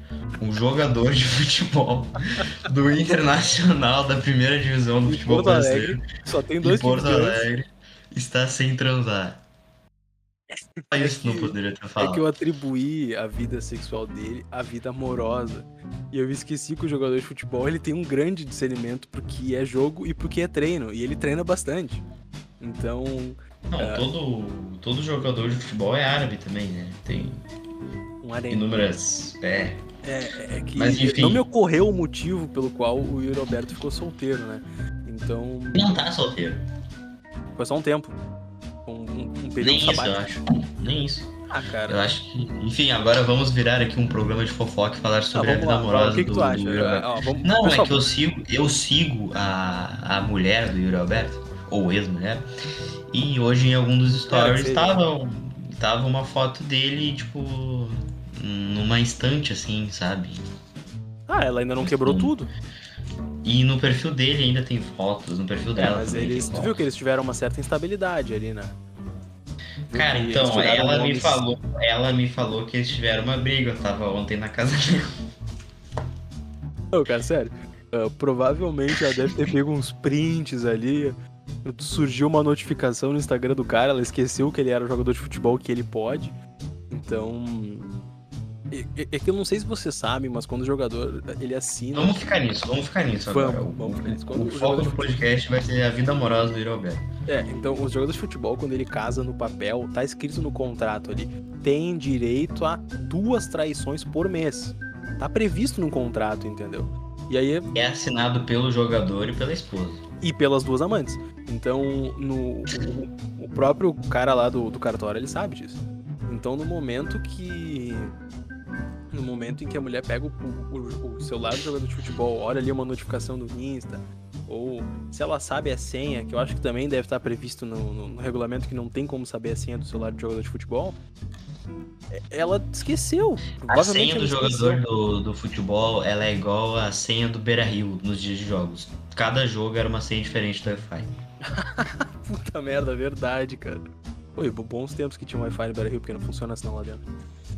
do Internacional da primeira divisão do futebol brasileiro, só tem 2 Porto Alegre, está sem transar. Só isso não poderia ter falado. É que eu atribuí a vida sexual dele à vida amorosa. E eu esqueci que o jogador de futebol ele tem um grande discernimento pro que é jogo e pro que é treino. E ele treina bastante. Então... todo jogador de futebol é árabe também, né? Tem inúmeras... que mas, enfim, não me ocorreu o motivo pelo qual o Yuri Alberto ficou solteiro, né? Então... Não tá solteiro. Foi só um tempo. Um período Nem sabático. isso, eu acho. Nem isso. Ah, cara. Eu acho que... Enfim, agora vamos virar aqui um programa de fofoca e falar sobre a vida amorosa do Yuri Alberto. Não, é que eu sigo a mulher do Yuri Alberto, ou ex-mulher, e hoje em algum dos stories tava uma foto dele, tipo, numa estante, assim, sabe? Ah, ela ainda não quebrou tudo. E no perfil dele ainda tem fotos, no perfil dela mas tu viu que eles tiveram uma certa instabilidade ali, né? Cara, então, ela me falou que eles tiveram uma briga, eu tava ontem na casa dela. Não, cara, sério. Provavelmente ela deve ter pego uns prints ali. Surgiu uma notificação no Instagram do cara, ela esqueceu que ele era um jogador de futebol, que ele pode. Então... É que eu não sei se você sabe, mas quando o jogador ele assina... Vamos ficar nisso agora. Vamos ficar nisso. O foco do podcast vai ser a vida amorosa do Yuri Alberto. Então os jogadores de futebol, quando ele casa no papel, tá escrito no contrato ali, tem direito a 2 traições por mês. Tá previsto no contrato, entendeu? E aí... É assinado pelo jogador e pela esposa. E pelas 2 amantes. Então, o próprio cara lá do cartório, ele sabe disso. Então, no momento em que a mulher pega o celular do jogador de futebol, olha ali uma notificação do Insta, ou se ela sabe a senha, que eu acho que também deve estar previsto no regulamento que não tem como saber a senha do celular do jogador de futebol, ela esqueceu. A senha do jogador do futebol, ela é igual a senha do Beira-Rio nos dias de jogos. Cada jogo era uma senha diferente do Wi-Fi. Puta merda, verdade, cara. Oi, bons tempos que tinha Wi-Fi no Beira-Rio, porque não funciona assim lá dentro.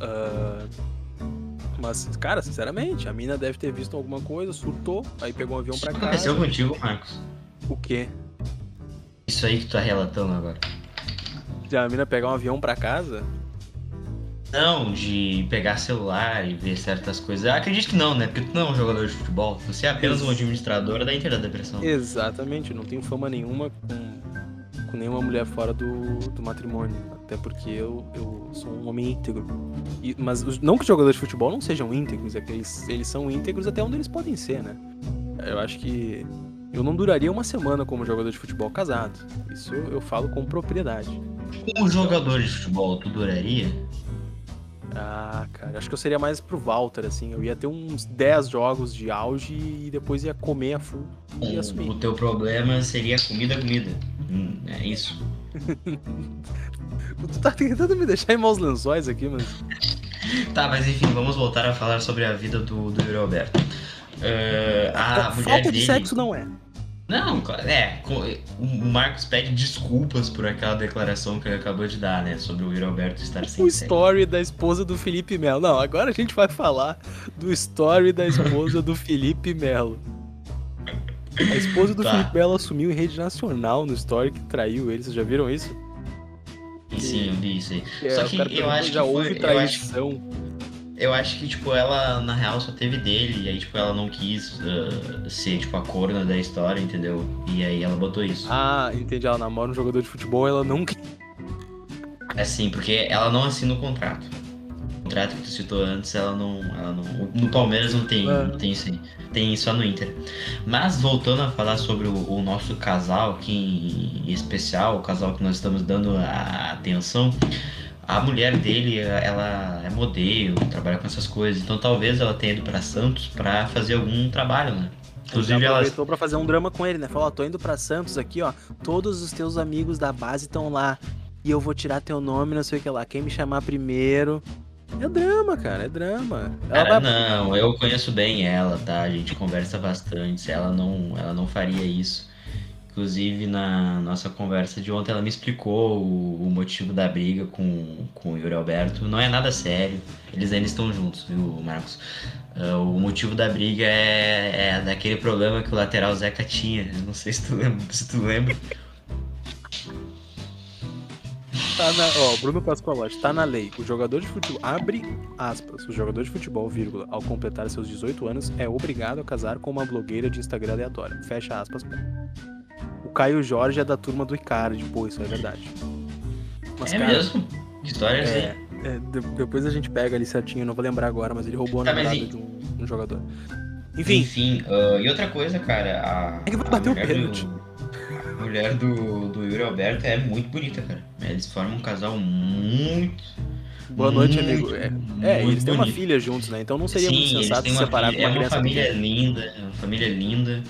Mas, cara, sinceramente, a mina deve ter visto alguma coisa, surtou, aí pegou um avião pra casa. Aconteceu contigo, Marcos? O quê? Isso aí que tu tá relatando agora. De a mina pegar um avião pra casa? Não, de pegar celular e ver certas coisas. Eu acredito que não, né? Porque tu não é um jogador de futebol. Você é apenas um administrador da Inter da Depressão. Exatamente, não tenho fama nenhuma com nenhuma mulher fora do matrimônio. Até porque eu sou um homem íntegro. Mas não que os jogadores de futebol não sejam íntegros, é que eles são íntegros até onde eles podem ser, né? Eu acho que eu não duraria uma semana como jogador de futebol casado. Isso eu falo com propriedade. Como jogador de futebol, tu duraria? Ah, cara, acho que eu seria mais pro Walter, assim. Eu ia ter uns 10 jogos de auge e depois ia comer a full e ia assumir. O teu problema seria comida. É isso. Tu tá tentando me deixar em maus lençóis aqui, mas... Tá, mas enfim, vamos voltar a falar sobre a vida do Yuri Alberto. A mulher falta dele... de sexo não é. Não, o Marcos pede desculpas por aquela declaração que ele acabou de dar, né? Sobre o Yuri Alberto estar sem O sexo. story da esposa do Felipe Melo. Não, agora a gente vai falar do story da esposa do Felipe Melo. A esposa do Felipe Melo assumiu em rede nacional no story que traiu ele. Vocês já viram isso? Sim, eu vi isso aí. Só que eu acho que já houve traição. Eu acho que, tipo, ela, na real, só teve dele. E aí, tipo, ela não quis ser, tipo, a corna da história, entendeu? E aí ela botou isso. Ah, entendi. Ela namora um jogador de futebol, ela não... É sim, porque ela não assina o contrato. O contrato que tu citou antes, ela não... No Palmeiras não tem isso aí. Tem só no Inter. Mas, voltando a falar sobre o nosso casal aqui em especial, o casal que nós estamos dando a atenção... A mulher dele, ela é modelo, trabalha com essas coisas. Então talvez ela tenha ido pra Santos pra fazer algum trabalho, né? Inclusive ela aproveitou pra fazer um drama com ele, né? Falou, tô indo pra Santos aqui, ó. Todos os teus amigos da base estão lá. E eu vou tirar teu nome, não sei o que lá. Quem me chamar primeiro É drama, cara, é drama. Cara, não, eu conheço bem ela, tá? A gente conversa bastante. Ela não faria isso. Inclusive, na nossa conversa de ontem, ela me explicou o motivo da briga com o Yuri Alberto. Não é nada sério, eles ainda estão juntos, viu, Marcos? O motivo da briga é daquele problema que o lateral Zeca tinha. Eu não sei se tu lembra. Bruno Pascoalotti, tá na lei. O jogador de futebol, abre aspas, o jogador de futebol, vírgula, ao completar seus 18 anos, é obrigado a casar com uma blogueira de Instagram aleatória. Fecha aspas. O Caio Jorge é da turma do Icardi, pô, isso é verdade. Mas, cara, mesmo? Que história é assim? Depois a gente pega ali certinho, não vou lembrar agora, mas ele roubou a namorada de um jogador. Enfim. E outra coisa, cara, é que vai bater o pênalti. A mulher do Yuri Alberto é muito bonita, cara. Eles formam um casal muito... Boa noite, amigo. Eles têm uma filha juntos, né? Então não seria muito sensato se separar com uma criança. É uma família linda.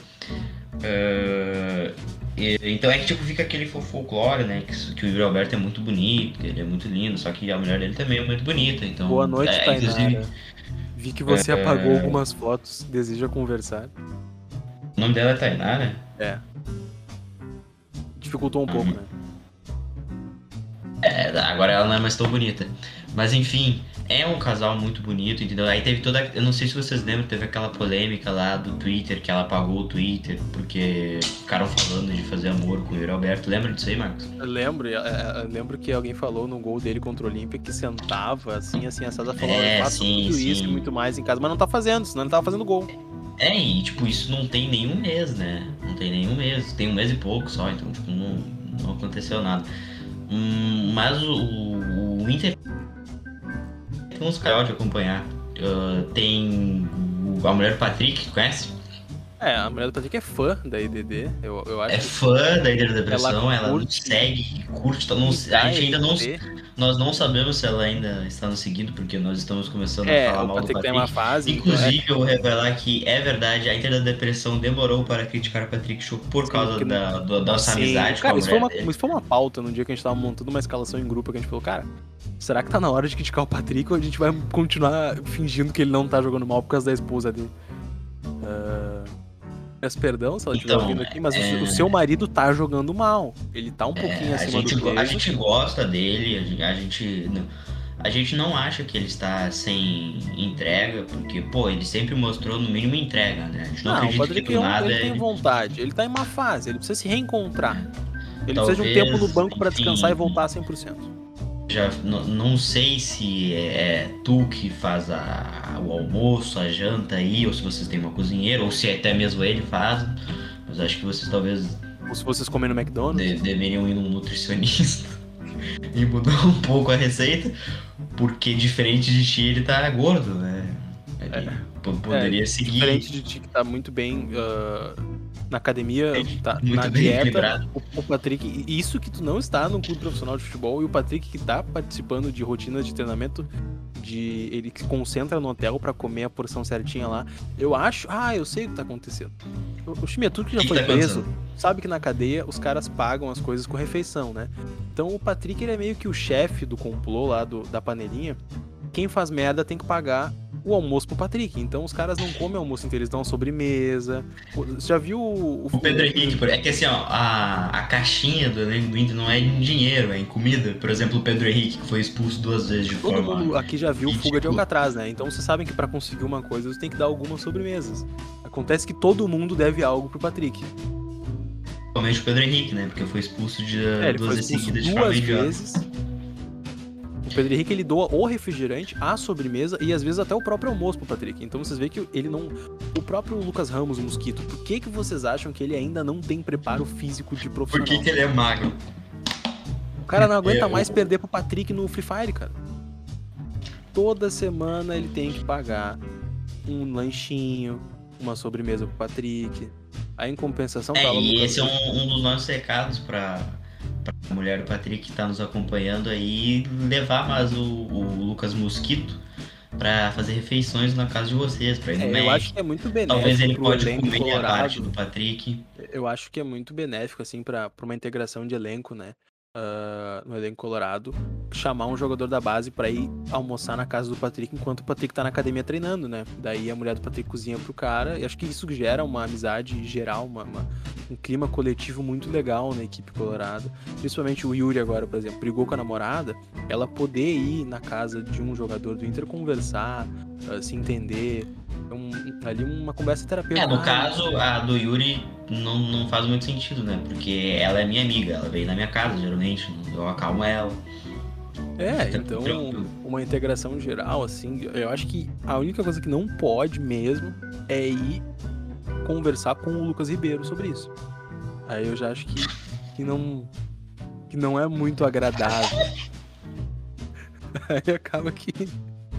Então é que tipo fica aquele folclore, né? Que o Yuri Alberto é muito bonito, que ele é muito lindo, só que a mulher dele também é muito bonita. Então, boa noite, Tainara. Vi que você apagou algumas fotos. Deseja conversar? O nome dela é Tainara? É. Dificultou um pouco, né? Agora ela não é mais tão bonita. Mas enfim, é um casal muito bonito, entendeu? Aí teve toda... Eu não sei se vocês lembram, teve aquela polêmica lá do Twitter, que ela apagou o Twitter porque ficaram falando de fazer amor com o Yuri Alberto. Lembra disso aí, Marcos? Eu lembro que alguém falou no gol dele contra o Olímpia que sentava assim, a César falou, eu faço tudo isso e muito mais em casa, mas não tá fazendo, senão ele tava fazendo gol. E tipo, isso não tem nenhum mês, né? Não tem nenhum mês, tem um mês e pouco só, então tipo, não aconteceu nada. Mas o Inter tem uns caras de acompanhar. Tem a mulher do Patrick, conhece? A mulher do Patrick é fã da IDD, eu acho. É fã da Hidrodepressão, ela nos segue, curte, a gente ainda não... Nós não sabemos se ela ainda está nos seguindo, porque nós estamos começando a falar mal do Patrick. Tem uma fase, inclusive, eu vou revelar que é verdade, a Interdepressão demorou para criticar o Patrick Show por causa da nossa amizade com a mulher dele. Isso foi uma pauta no dia que a gente estava montando uma escalação em grupo, que a gente falou, cara, será que tá na hora de criticar o Patrick ou a gente vai continuar fingindo que ele não tá jogando mal por causa da esposa dele? Peço perdão se ela estiver ouvindo aqui, mas o seu marido tá jogando mal. Ele tá um pouquinho acima do peso. A gente gosta dele, a gente não acha que ele está sem entrega, porque, ele sempre mostrou no mínimo entrega, né? A gente não acredita que do nada... Ele tem vontade, ele tá em uma fase, ele precisa se reencontrar. Ele precisa de um tempo no banco pra descansar e voltar a 100%. Já não sei se é tu que faz o almoço, a janta aí, ou se vocês têm uma cozinheira, ou se até mesmo ele faz. Mas acho que vocês talvez... Ou se vocês comem no McDonald's. Deveriam ir num nutricionista e mudar um pouco a receita, porque diferente de ti ele tá gordo, né? Ele poderia seguir. Diferente de ti que tá muito bem... na academia, tá muito na bem dieta, o Patrick, isso que tu não está no clube profissional de futebol, e o Patrick que tá participando de rotinas de treinamento, ele se concentra no hotel pra comer a porção certinha lá. Eu sei o que tá acontecendo. O Chimia, tu que já foi preso, sabe que na cadeia os caras pagam as coisas com refeição, né? Então o Patrick, ele é meio que o chefe do complô lá da panelinha. Quem faz merda tem que pagar o almoço pro Patrick. Então os caras não comem almoço inteiro, eles dão uma sobremesa. Você já viu o Pedro Henrique? É que assim, ó, a caixinha do elenco do Inter não é em dinheiro, é em comida. Por exemplo, o Pedro Henrique, que foi expulso 2 vezes de forma... Todo mundo aqui já viu Fuga de Alcatraz, né? Então vocês sabem que pra conseguir uma coisa, você tem que dar algumas sobremesas. Acontece que todo mundo deve algo pro Patrick. Principalmente o Pedro Henrique, né? Porque foi expulso de 2 vezes seguidas de forma idiota. O Pedro Henrique, ele doa o refrigerante, a sobremesa e às vezes até o próprio almoço pro Patrick. Então vocês veem que ele não... O próprio Lucas Ramos, o Mosquito, por que vocês acham que ele ainda não tem preparo físico de profissional? Por que ele é magro? O cara não aguenta mais perder pro Patrick no Free Fire, cara. Toda semana ele tem que pagar um lanchinho, uma sobremesa pro Patrick. Aí em compensação... e esse é um dos nossos recados pra mulher do Patrick que tá nos acompanhando aí, levar mais o Lucas Mosquito pra fazer refeições na casa de vocês, pra ir no médico. Eu acho que é muito benéfico. Talvez ele pode comer a parte do Patrick. Eu acho que é muito benéfico, assim, pra uma integração de elenco, né? no elenco colorado, chamar um jogador da base pra ir almoçar na casa do Patrick enquanto o Patrick tá na academia treinando, né? Daí a mulher do Patrick cozinha pro cara, e acho que isso gera uma amizade geral, um clima coletivo muito legal na equipe colorada. Principalmente o Yuri agora, por exemplo, brigou com a namorada, ela poder ir na casa de um jogador do Inter conversar, se entender, ali uma conversa terapêutica. No caso, a do Yuri não faz muito sentido, né? Porque ela é minha amiga, ela veio na minha casa, geralmente, eu acalmo ela. Então, uma integração geral, assim, eu acho que a única coisa que não pode mesmo é ir conversar com o Lucas Ribeiro sobre isso. Aí eu já acho que não é muito agradável. Aí acaba que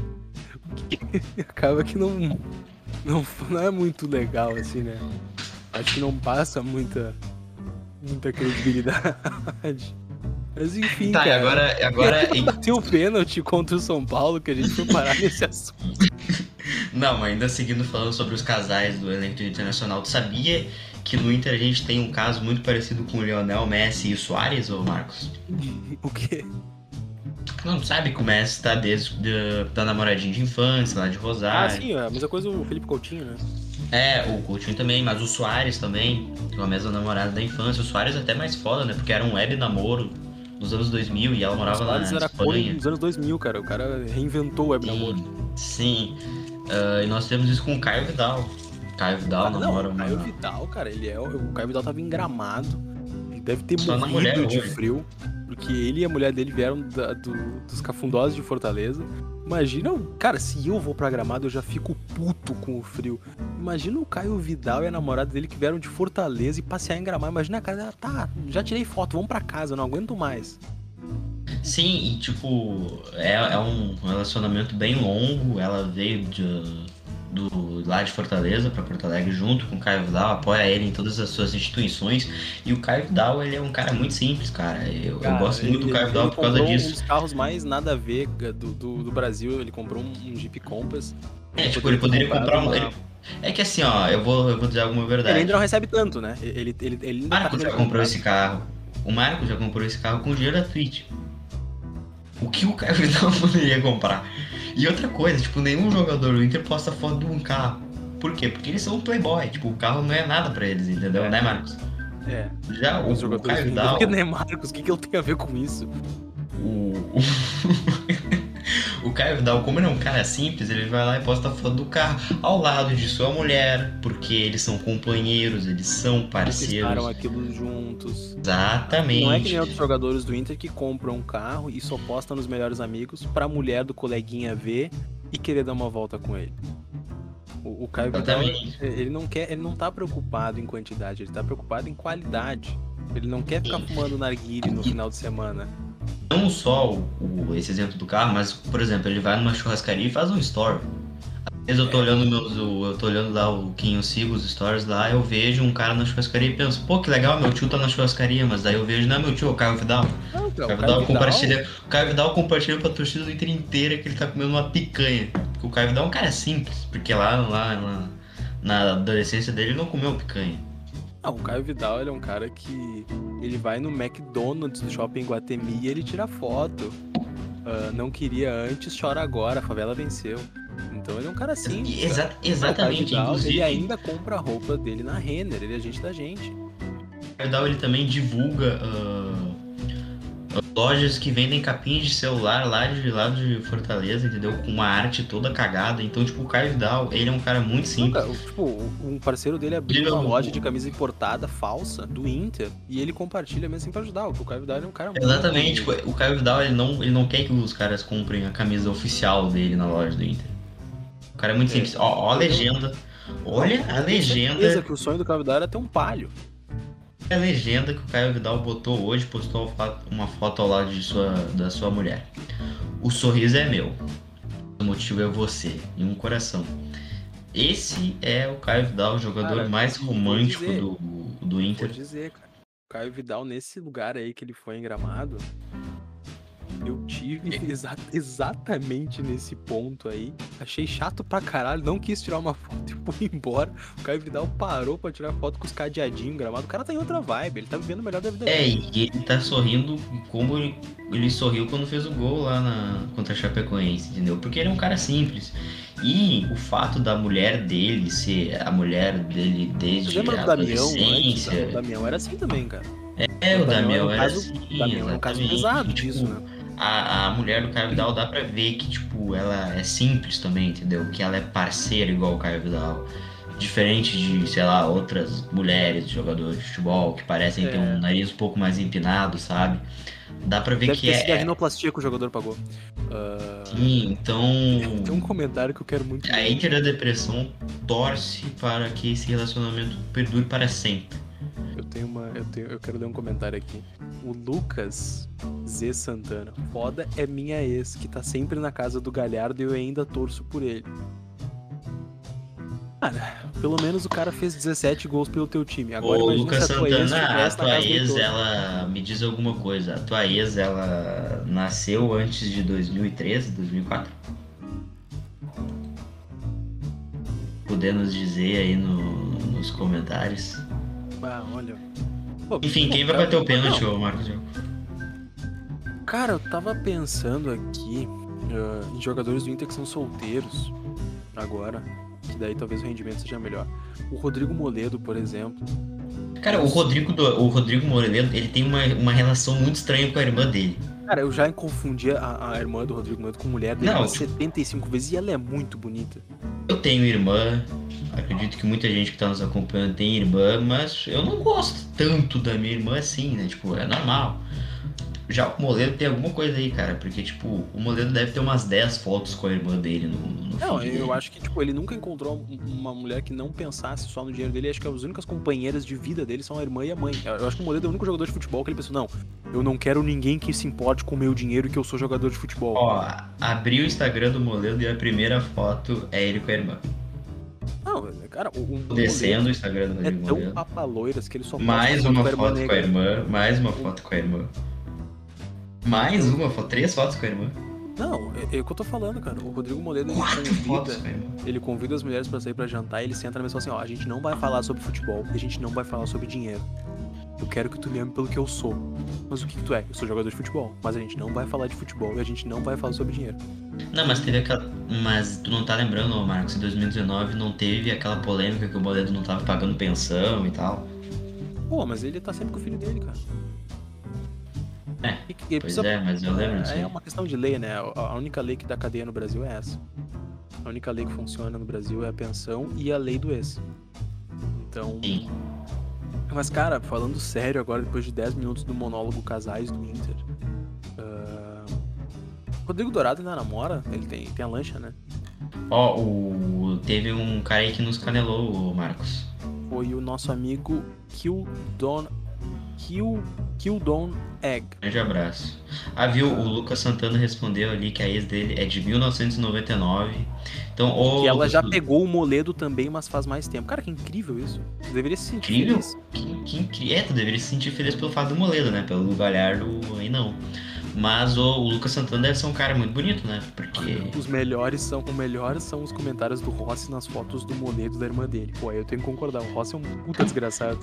não é muito legal, assim, né? Acho que não passa muita credibilidade. Mas enfim, tá, cara. Agora bateu o pênalti contra o São Paulo que a gente foi parar nesse assunto. Não, ainda seguindo falando sobre os casais do elenco internacional, tu sabia que no Inter a gente tem um caso muito parecido com o Lionel Messi e o Suárez, ô Marcos? O quê? Não, sabe que o Messi tá desde da namoradinha de infância, lá de Rosário. Sim, é a mesma coisa o Felipe Coutinho, né? O Coutinho também, mas o Suárez também, com a mesma namorada da infância. O Suárez até mais foda, né? Porque era um web namoro nos anos 2000 e ela morava lá na Espanha. O Suárez era nos anos 2000, cara. O cara reinventou o web namoro. Sim. E nós temos isso com o Caio Vidal. Caio Vidal namora uma... Caio Vidal, cara, o Caio Vidal tava em Gramado. Ele deve ter morrido de frio. Porque ele e a mulher dele vieram dos Cafundós de Fortaleza. Imagina, cara, se eu vou pra Gramado, eu já fico puto com o frio. Imagina o Caio Vidal e a namorada dele que vieram de Fortaleza e passear em Gramado. Imagina a cara dela, já tirei foto, vamos pra casa, eu não aguento mais. Sim, e tipo, é um relacionamento bem longo. Ela veio lá de Fortaleza para Porto Alegre junto com o Caio Vidal, apoia ele em todas as suas instituições. E o Caio Vidal, ele é um cara muito simples, cara. Eu gosto muito do Caio Vidal por causa disso. Um dos carros mais nada a ver do Brasil, ele comprou um Jeep Compass. Ele poderia comprar um... É que assim, ó, eu vou dizer alguma verdade. Ele ainda não recebe tanto, né? Ele o Marco já comprou esse carro. O Marco já comprou esse carro com dinheiro da Twitch. O que o Caio Vidal poderia comprar? E outra coisa, tipo, nenhum jogador do Inter posta foto de um carro. Por quê? Porque eles são um playboy. Tipo, o carro não é nada pra eles, entendeu? Né, Marcos? Já o Caio Vidal... Por que, né, Marcos? O que ele tem a ver com isso? O Caio Vidal, como ele é um cara simples, ele vai lá e posta a foto do carro ao lado de sua mulher, porque eles são companheiros, eles são parceiros. Eles ficaram aquilo juntos. Exatamente. Não é que nem outros jogadores do Inter que compram um carro e só postam nos melhores amigos pra mulher do coleguinha ver e querer dar uma volta com ele. O Caio Vidal, ele não tá preocupado em quantidade, ele tá preocupado em qualidade. Ele não quer ficar fumando narguilé no final de semana. Não só esse exemplo do carro, mas, por exemplo, ele vai numa churrascaria e faz um story. Às vezes eu tô olhando lá quem eu sigo, os stories lá, eu vejo um cara na churrascaria e penso, pô, que legal, meu tio tá na churrascaria, mas daí eu vejo, não é meu tio, é o Caio Vidal. O Caio Vidal compartilha pra torcida do Inter inteira que ele tá comendo uma picanha. Porque o Caio Vidal é um cara simples, porque lá na adolescência dele ele não comeu picanha. O Caio Vidal, ele é um cara que ele vai no McDonald's do Shopping Guatemi e ele tira foto. Não queria antes, chora agora, a favela venceu. Então ele é um cara assim. Exatamente. Inclusive, ele ainda compra a roupa dele na Renner, ele é gente da gente. O Caio Vidal, ele também divulga lojas que vendem capinhas de celular lá de Fortaleza, entendeu? Com uma arte toda cagada. Então, tipo, o Caio Vidal, ele é um cara muito simples. Um parceiro dele abriu uma loja de camisa importada falsa do Inter e ele compartilha mesmo assim pra ajudar. O Caio Vidal é um cara muito... Exatamente, tipo, o Caio Vidal, ele não quer que os caras comprem a camisa oficial dele na loja do Inter. O cara é muito simples. Ó a legenda. Olha a legenda. Eu certeza que o sonho do Caio Vidal era ter um Palio. A legenda que o Caio Vidal botou hoje, postou uma foto ao lado da sua mulher. O sorriso é meu, o motivo é você, em um coração. Esse é o Caio Vidal, o jogador mais romântico do Inter. Vou dizer, cara, o Caio Vidal nesse lugar aí que ele foi em Gramado, Eu tive exatamente nesse ponto aí. Achei chato pra caralho, não quis tirar uma foto e fui embora. O Caio Vidal parou pra tirar foto com os cadeadinhos gramados. O cara tá em outra vibe, ele tá vivendo o melhor da vida dele. E ele tá sorrindo como ele sorriu quando fez o gol lá contra a Chapecoense, entendeu? Porque ele é um cara simples. E o fato da mulher dele ser a mulher dele desde a adolescência... O Damião era assim também, cara. O Damião era assim. O Damião é um caso pesado disso, né? A mulher do Caio Vidal dá pra ver que, tipo, ela é simples também, entendeu? Que ela é parceira igual o Caio Vidal. Diferente de, sei lá, outras mulheres, jogadores de futebol, que parecem ter um nariz um pouco mais empinado, sabe? Dá pra ver Deve que ter sido a rinoplastia que o jogador pagou. Sim, então... Tem um comentário que eu quero muito... A Inter da Depressão torce para que esse relacionamento perdure para sempre. Eu quero ler um comentário aqui. O Lucas Z Santana. Foda é minha ex, que tá sempre na casa do Galhardo e eu ainda torço por ele. Cara, pelo menos o cara fez 17 gols pelo teu time. Agora Ô, imagina Lucas se a tua ex Santana, a tua ex, ela... ela me diz alguma coisa. A tua ex, ela nasceu antes de 2013, 2004? Poder nos dizer aí nos comentários. Ah, olha... Enfim, quem vai bater o pênalti, ô Marcos? Cara, eu tava pensando aqui em jogadores do Inter que são solteiros agora, que daí talvez o rendimento seja melhor. O Rodrigo Moledo, por exemplo. Cara, o Rodrigo Moledo, ele tem uma relação muito estranha com a irmã dele. Cara, eu já confundi a irmã do Rodrigo Moledo com a mulher dele 75 vezes e ela é muito bonita. Eu tenho irmã, acredito que muita gente que tá nos acompanhando tem irmã, mas eu não gosto tanto da minha irmã assim, né? Tipo, é normal. Já o Moledo tem alguma coisa aí, cara, porque, tipo, o Moledo deve ter umas 10 fotos com a irmã dele no Não, feed eu dele. acho que, tipo, ele nunca encontrou uma mulher que não pensasse só no dinheiro dele. Acho que as únicas companheiras de vida dele são a irmã e a mãe. Eu acho que o Moledo é o único jogador de futebol que ele pensou, não, eu não quero ninguém que se importe com o meu dinheiro e que eu sou jogador de futebol. Ó, abri o Instagram do Moledo e a primeira foto é ele com a irmã. Não, cara, Descendo o Instagram do é Rodrigo tão Moledo. papaloiras que ele só Mais uma foto com a irmã, mais uma foto com a irmã. Mais uma foto, 3 fotos com a irmã. Não, é o que eu tô falando, cara. O Rodrigo Moledo, ele convida as mulheres pra sair pra jantar e ele senta na mesa e fala assim, ó, a gente não vai falar sobre futebol, a gente não vai falar sobre dinheiro. Eu quero que tu me ame pelo que eu sou. Mas o que tu é? Eu sou jogador de futebol. Mas a gente não vai falar de futebol e a gente não vai falar sobre dinheiro. Não, mas teve aquela... Mas tu não tá lembrando, Marcos, em 2019 não teve aquela polêmica que o Moledo não tava pagando pensão e tal? Pô, mas ele tá sempre com o filho dele, cara. Mas eu lembro disso. É uma questão de lei, né? A única lei que dá cadeia no Brasil é essa. A única lei que funciona no Brasil é a pensão e a lei do ex. Então... Sim. Mas, cara, falando sério agora, depois de 10 minutos do monólogo Casais do Inter... Rodrigo Dourado ainda namora? Ele tem a lancha, né? Teve um cara aí que nos canelou, Marcos. Foi o nosso amigo Kildon Egg. Grande abraço. Viu? O Lucas Santana respondeu ali que a ex dele é de 1999. Então, que ela já pegou o Moledo também, mas faz mais tempo. Cara, que incrível isso. Tu deveria se sentir feliz. Que incrível. Tu deveria se sentir feliz pelo fato do Moledo, né? Pelo Galhardo, aí não. Mas o Lucas Santana deve ser um cara muito bonito, né? Porque... O melhor são os comentários do Rossi nas fotos do Moledo da irmã dele. Pô, aí eu tenho que concordar. O Rossi é um puta desgraçado.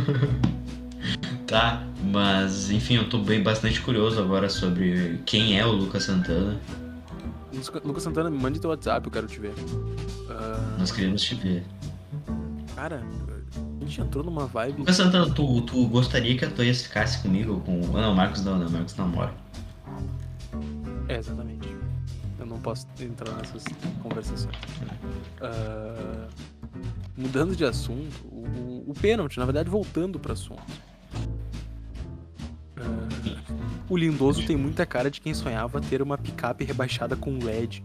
Tá, mas enfim, eu tô bastante curioso agora sobre quem é o Lucas Santana. Lucas Santana, me mande teu WhatsApp, eu quero te ver. Nós queremos te ver. Cara, a gente entrou numa vibe... Lucas Santana, tu gostaria que a tua ex ficasse comigo? Não, Marcos não, né? Marcos namora. É, exatamente. Eu não posso entrar nessas conversações. Mudando de assunto, o pênalti, na verdade, voltando pro assunto. O Lindoso tem muita cara de quem sonhava ter uma picape rebaixada com LED.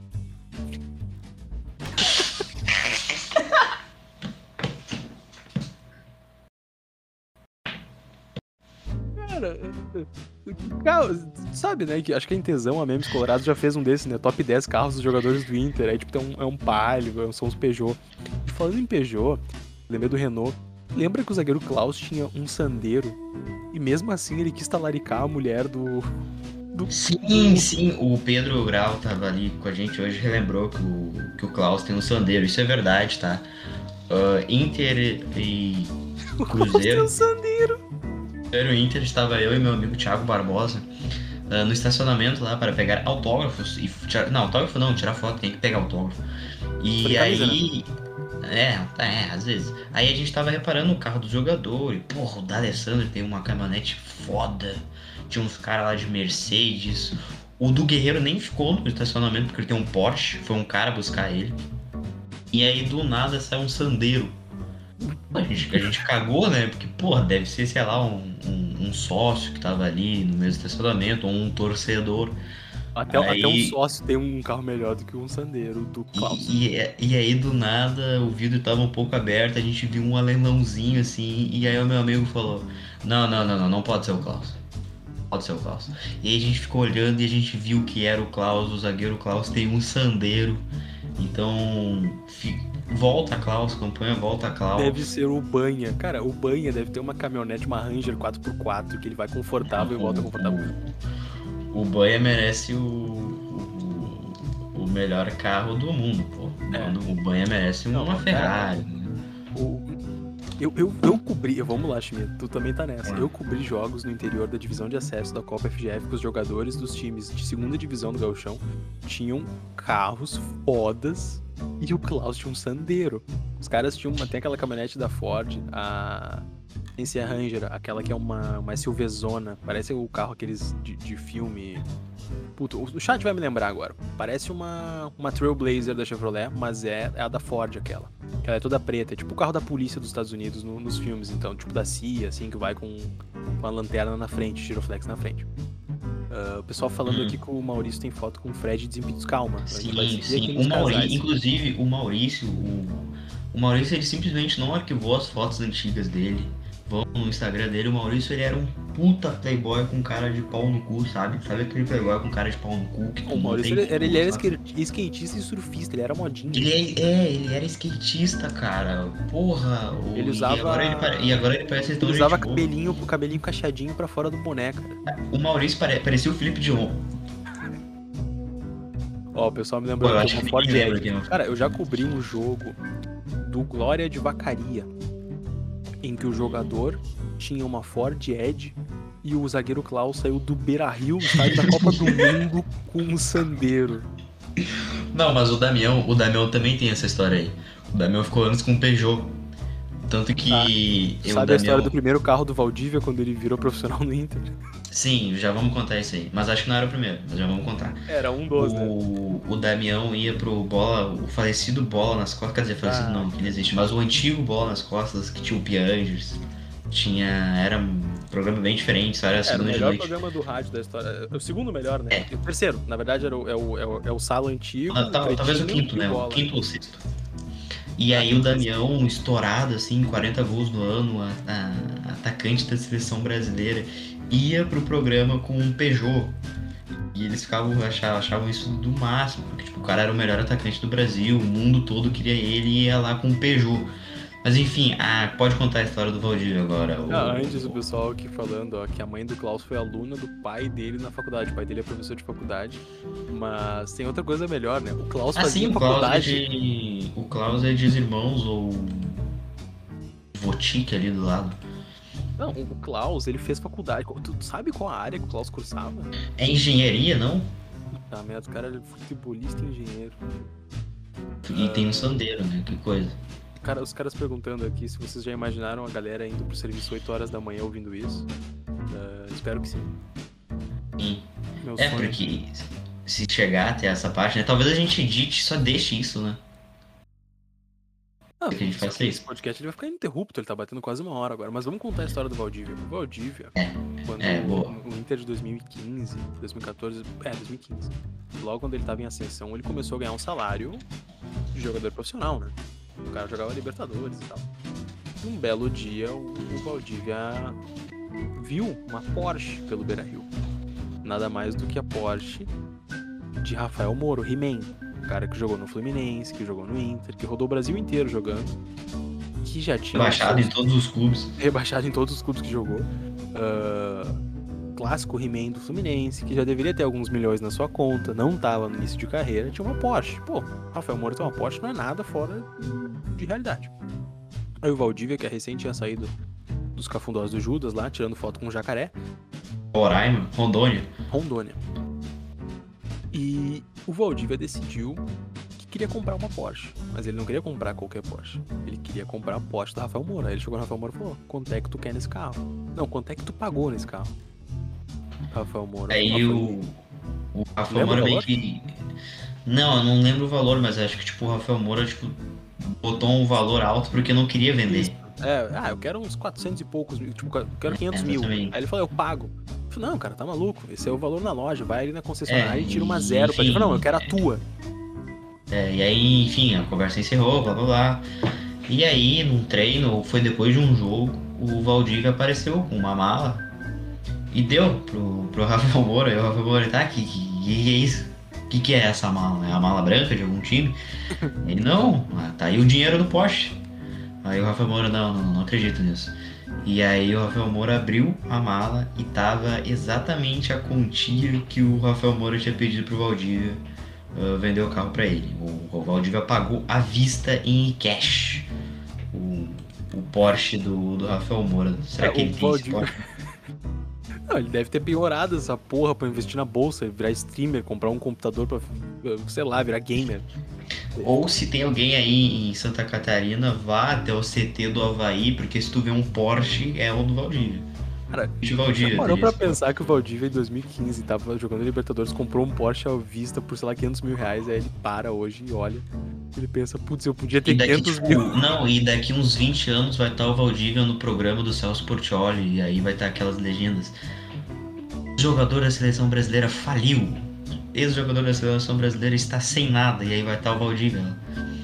Cara, sabe, né? Que acho que a Intesão, a Memes Colorados, já fez um desses, né? Top 10 carros dos jogadores do Inter. Aí, tipo, é um Palio, são os Peugeot. E falando em Peugeot, lembrei do Renault. Lembra que o zagueiro Klaus tinha um Sandero? E mesmo assim ele quis talaricar a mulher do Sim, o Pedro Grau tava ali com a gente hoje, relembrou que o Klaus tem um Sandero, isso é verdade, tá? Inter e Cruzeiro. Cruzeiro e Inter, estava eu e meu amigo Thiago Barbosa no estacionamento lá para pegar autógrafos e autógrafo não, tirar foto, tem que pegar autógrafo. E aí, né? Às vezes. Aí a gente tava reparando o carro do jogador e, porra, o D'Alessandro tem uma caminhonete foda. Tinha uns caras lá de Mercedes. O do Guerreiro nem ficou no estacionamento porque ele tem um Porsche. Foi um cara buscar ele. E aí do nada sai um Sandero. A gente cagou, né? Porque, porra, deve ser, sei lá, um sócio que tava ali no mesmo estacionamento, ou um torcedor. Até um sócio tem um carro melhor do que um Sandero do Klaus. E aí do nada o vidro tava um pouco aberto, a gente viu um alemãozinho assim, e aí o meu amigo falou: Não pode ser o Klaus. Pode ser o Klaus. E aí a gente ficou olhando e a gente viu que era o Klaus, o zagueiro Klaus tem um Sandero. Então, volta Klaus, campanha volta Klaus. Deve ser o Banha. Cara, o Banha deve ter uma caminhonete, uma Ranger 4x4, que ele vai confortável e volta confortável. O Banha merece o melhor carro do mundo, pô. O Banha merece uma Ferrari. Eu cobri, vamos lá, Chimia, tu também tá nessa. Eu cobri jogos no interior da divisão de acesso da Copa FGF que os jogadores dos times de segunda divisão do Gauchão tinham carros fodas e o Klaus tinha um Sandero. Os caras tinham até aquela caminhonete da Ford, sem ser a Ranger, aquela que é uma SUVzona, parece o carro aqueles de filme. Puta, o chat vai me lembrar agora. Parece uma Trailblazer da Chevrolet, mas é a da Ford aquela. Ela é toda preta, é tipo o carro da polícia dos Estados Unidos nos filmes, então, tipo da CIA, assim, que vai com a lanterna na frente, giroflex na frente. O pessoal falando aqui que o Maurício tem foto com o Fred Desimpedidos. Calma. Sim. Inclusive, o Maurício ele simplesmente não arquivou as fotos antigas dele. Vão no Instagram dele, o Maurício ele era um puta playboy com cara de pau no cu, sabe? Sabe aquele playboy com cara de pau no cu? O Maurício ele era skatista e surfista, ele era modinho. Ele era skatista, cara. Porra. Ele usava... E agora ele parece tão Ele usava cabelinho cacheadinho pra fora do boné, cara. O Maurício parecia o Felipe Dion. Ó, o pessoal me lembrou que uma Ford Edge. Cara, eu já cobri um jogo do Glória de Vacaria, em que o jogador tinha uma Ford Edge e o zagueiro Klaus saiu do Beira-Rio, estádio da Copa do Mundo, com um Sandero. Não, mas o Damião também tem essa história aí. O Damião ficou anos com um Peugeot. Tanto que... Sabe a história do primeiro carro do Valdívia quando ele virou profissional no Inter? Sim, já vamos contar isso aí. Mas acho que não era o primeiro, mas já vamos contar. Era um dos, né? O Damião ia pro Bola, o falecido Bola nas costas, quer dizer, falecido não, que ele existe, mas o antigo Bola nas costas, que tinha o Piangers, era um programa bem diferente, só era a segunda de noite. Era o melhor programa do rádio da história, o segundo melhor, né? O terceiro, na verdade, era o Salo antigo. Talvez o quinto, né? O quinto ou sexto. E aí o Damião, estourado, assim, 40 gols no ano, atacante da seleção brasileira, ia pro programa com um Peugeot. E eles achavam isso do máximo, porque tipo, o cara era o melhor atacante do Brasil, o mundo todo queria ele e ia lá com um Peugeot. Mas enfim, pode contar a história do Valdívia agora. Antes o pessoal aqui falando que a mãe do Klaus foi aluna do pai dele na faculdade. O pai dele é professor de faculdade. Mas tem outra coisa melhor, né? O Klaus fazia faculdade. O Klaus é de irmãos ou Votique ali do lado. Não, o Klaus, ele fez faculdade. Tu sabe qual a área que o Klaus cursava? É engenharia, não? Tá, merda, o cara é futebolista e engenheiro. E tem um Sandero, né? Que coisa. Cara, os caras perguntando aqui se vocês já imaginaram a galera indo pro serviço 8 horas da manhã ouvindo isso. Espero que sim. Sim. Porque se chegar até essa parte, né? Talvez a gente edite só deixe isso, né? Que a gente faça isso. Esse podcast ele vai ficar ininterrupto, ele tá batendo quase 1 hora agora. Mas vamos contar a história do Valdívia. O Valdívia, quando o Inter de 2015, 2014, 2015, logo quando ele tava em ascensão, ele começou a ganhar um salário de jogador profissional, né? O cara jogava Libertadores e tal. E um belo dia, o Valdívia viu uma Porsche pelo Beira-Rio. Nada mais do que a Porsche de Rafael Moro, He-Man. O cara que jogou no Fluminense, que jogou no Inter, que rodou o Brasil inteiro jogando. Que já tinha... Rebaixado em todos os clubes. Rebaixado em todos os clubes que jogou. clássico He-Man do Fluminense, que já deveria ter alguns milhões na sua conta, não tava no início de carreira, tinha uma Porsche. Pô, Rafael Moura tem uma Porsche, não é nada fora de realidade. Aí o Valdívia, que recente tinha saído dos cafundós do Judas lá, tirando foto com o jacaré. Roraima, Rondônia. E o Valdívia decidiu que queria comprar uma Porsche, mas ele não queria comprar qualquer Porsche. Ele queria comprar a Porsche do Rafael Moura. Aí ele chegou no Rafael Moura e falou: quanto é que tu quer nesse carro? Não, quanto é que tu pagou nesse carro? Rafael Moura. Aí o Rafael Moura meio que... Não, eu não lembro o valor, mas acho que tipo, o Rafael Moura tipo, botou um valor alto porque não queria vender. Eu quero uns 400 e poucos mil, tipo, eu quero 500 mil. Aí ele falou: eu pago. Eu falei: não, cara, tá maluco, esse é o valor na loja, vai ali na concessionária e tira uma zero pra ele. Não, eu quero a tua. E aí, enfim, a conversa encerrou, blá blá blá. E aí, num treino, foi depois de um jogo, o Valdívia apareceu com uma mala e deu pro Rafael Moura. E o Rafael Moura, tá, que é isso? O que é essa mala? É a mala branca de algum time? Ele, não, tá aí o dinheiro do Porsche. Aí o Rafael Moura, não acredito nisso. E aí o Rafael Moura abriu a mala e tava exatamente a quantia que o Rafael Moura tinha pedido pro Valdívia vender o carro pra ele. O Valdívia pagou à vista em cash o Porsche do Rafael Moura. Será que ele tem esse Porsche? Não, ele deve ter piorado essa porra pra investir na bolsa, virar streamer, comprar um computador pra, sei lá, virar gamer. Ou se tem alguém aí em Santa Catarina, vá até o CT do Avaí, porque se tu vê um Porsche, é o do Valdívia. Cara, já parou pra pensar que o Valdívia em 2015 tava jogando Libertadores, comprou um Porsche à vista por, sei lá, 500 mil reais, aí ele para hoje e olha, ele pensa, putz, eu podia ter 500 mil. Não, e daqui uns 20 anos vai estar o Valdívia no programa do Celso Portiolli, e aí vai estar aquelas legendas. O jogador da seleção brasileira faliu. Ex-jogador da seleção brasileira está sem nada, e aí vai estar o Valdívia.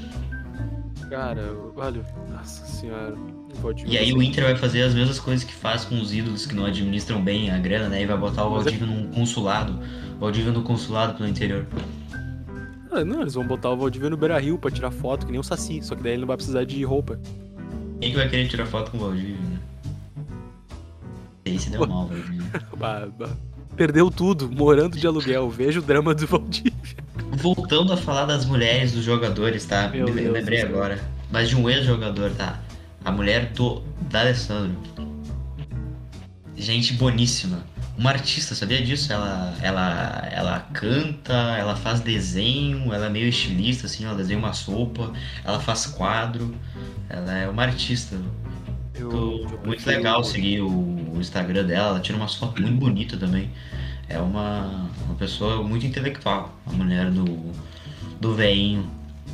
Cara, olha, nossa senhora. E aí o Inter vai fazer as mesmas coisas que faz com os ídolos que não administram bem a grana, né? E vai botar o Valdívia num consulado. O Valdívia no consulado pelo interior. Não, eles vão botar o Valdívia no Beira-Rio pra tirar foto, que nem o Saci. Só que daí ele não vai precisar de roupa. Quem que vai querer tirar foto com o Valdívia, né? Esse deu mal, Valdívia. Perdeu tudo, morando de aluguel. Veja o drama do Valdívia. Voltando a falar das mulheres dos jogadores, tá? Me lembrei agora. Mas de um ex-jogador, tá? A mulher do D'Alessandro. Gente boníssima. Uma artista, sabia disso? Ela canta, ela faz desenho, ela é meio estilista, assim, ela desenha uma sopa, ela faz quadro. Ela é uma artista. Muito legal seguir o Instagram dela, ela tira umas fotos muito bonitas também. É uma pessoa muito intelectual, a mulher do veinho.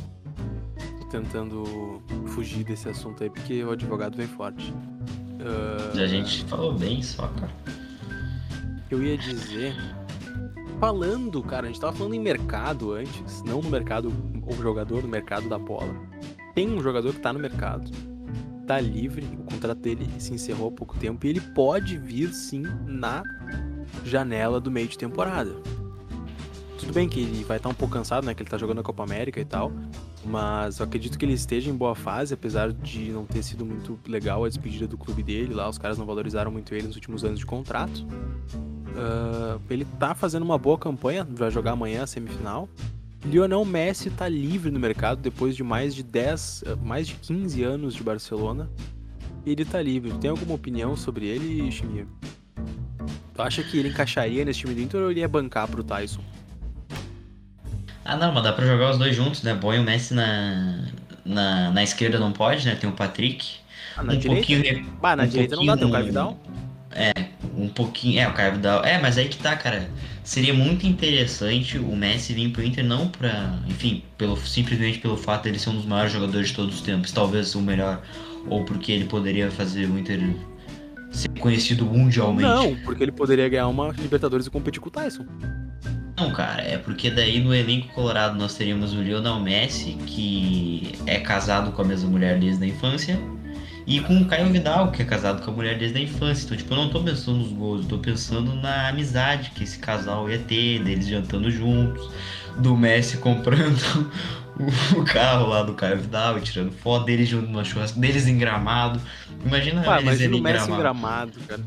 Tentando fugir desse assunto aí, porque o advogado vem forte. A gente falou bem só, cara. Eu ia dizer... Falando, cara, a gente tava falando em mercado antes, não no mercado, o jogador no mercado da bola. Tem um jogador que tá no mercado, tá livre, o contrato dele se encerrou há pouco tempo e ele pode vir sim na janela do meio de temporada. Tudo bem que ele vai estar um pouco cansado, né, que ele tá jogando a Copa América e tal, mas eu acredito que ele esteja em boa fase, apesar de não ter sido muito legal a despedida do clube dele lá, os caras não valorizaram muito ele nos últimos anos de contrato. Ele tá fazendo uma boa campanha, vai jogar amanhã a semifinal. Lionel Messi tá livre no mercado depois de mais de 15 anos de Barcelona. Ele tá livre. Tem alguma opinião sobre ele, Chiminha? Tu acha que ele encaixaria nesse time do Inter ou ele ia bancar pro Tyson? Não, mas dá pra jogar os dois juntos, né? Bom, e o Messi na esquerda não pode, né? Tem o Patrick. Na direita? Na direita não dá, tem o Caio Vidal. Um pouquinho. O Caio Vidal. Mas aí que tá, cara. Seria muito interessante o Messi vir pro Inter, não pra. Enfim, simplesmente pelo fato de ele ser um dos maiores jogadores de todos os tempos, talvez o melhor, ou porque ele poderia fazer o Inter ser conhecido mundialmente. Não, porque ele poderia ganhar uma Libertadores e competir com o Tyson. Não, cara, é porque daí no elenco colorado nós teríamos o Lionel Messi, que é casado com a mesma mulher desde a infância, e com o Caio Vidal, que é casado com a mulher desde a infância. Então, tipo, eu não tô pensando nos gols, eu tô pensando na amizade que esse casal ia ter, deles jantando juntos, do Messi comprando o carro lá do Caio Vidal e tirando foto deles junto no churrasco, deles em Gramado. Imagina eles o Messi em Gramado, cara.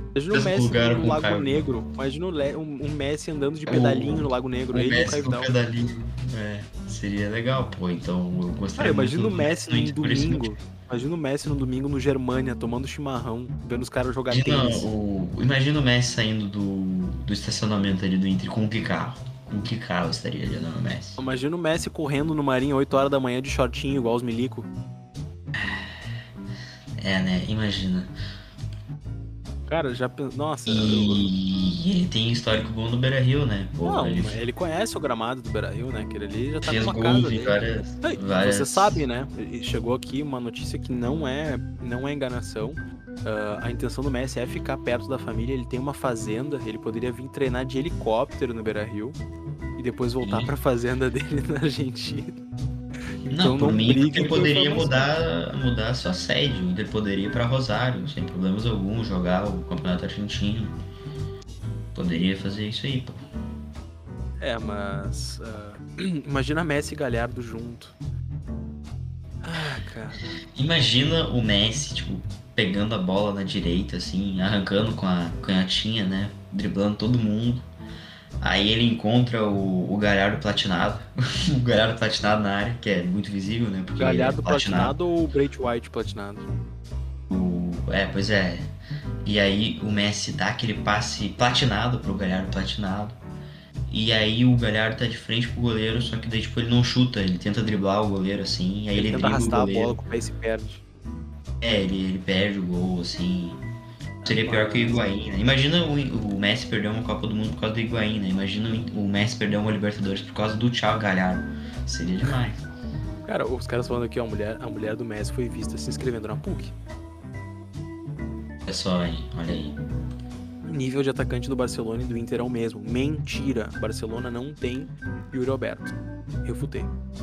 Imagina o Messi no Lago Negro. Imagina um Messi andando de pedalinho no Lago Negro. O Messi com pedalinho. Seria legal, pô. Então eu gostaria muito. Imagina o Messi num domingo. Imagina o Messi no domingo no Germânia, tomando chimarrão, vendo os caras jogar tênis. Imagina o Messi saindo do estacionamento ali do Inter com que carro? Com que carro estaria ali no Messi? Imagina o Messi correndo no Marinho 8 horas da manhã de shortinho, igual os milico. Né? Imagina. Cara, já... Nossa... E ele tem histórico bom no Beira-Rio, né? Pô, não, ele conhece o gramado do Beira-Rio, né? Aquele ali já tá fez numa gols casa em várias... Você sabe, né? Chegou aqui uma notícia que não é enganação. A intenção do Messi é ficar perto da família. Ele tem uma fazenda. Ele poderia vir treinar de helicóptero no Beira-Rio e depois voltar pra fazenda dele na Argentina. Então, por mim, ele poderia mudar a sua sede. Ele poderia ir pra Rosário, sem problemas algum, jogar o Campeonato Argentino. Poderia fazer isso aí, pô. Mas... imagina Messi e Galhardo junto. Cara... Imagina o Messi, tipo, pegando a bola na direita, assim, arrancando com a canhotinha, né? Driblando todo mundo. Aí ele encontra o Galhardo platinado. O Galhardo platinado na área, que é muito visível, né? Porque Galhardo platinado ou o Braithwaite platinado? Pois é. E aí o Messi dá aquele passe platinado pro Galhardo platinado. E aí o Galhardo tá de frente pro goleiro, só que daí tipo ele não chuta, ele tenta driblar o goleiro assim, aí ele dribla o goleiro. Arrastar a bola com o pé e se perde. Ele perde o gol, assim. Seria pior que o Higuaín, né? Imagina o Messi perder uma Copa do Mundo por causa do Higuaín, né? Imagina o Messi perder uma Libertadores por causa do Thiago Galhardo. Seria demais. Cara, os caras falando aqui, a mulher do Messi foi vista se inscrevendo na PUC. É só, hein? Olha aí. O nível de atacante do Barcelona e do Inter é o mesmo. Mentira. Barcelona não tem Yuri Alberto. Refutei.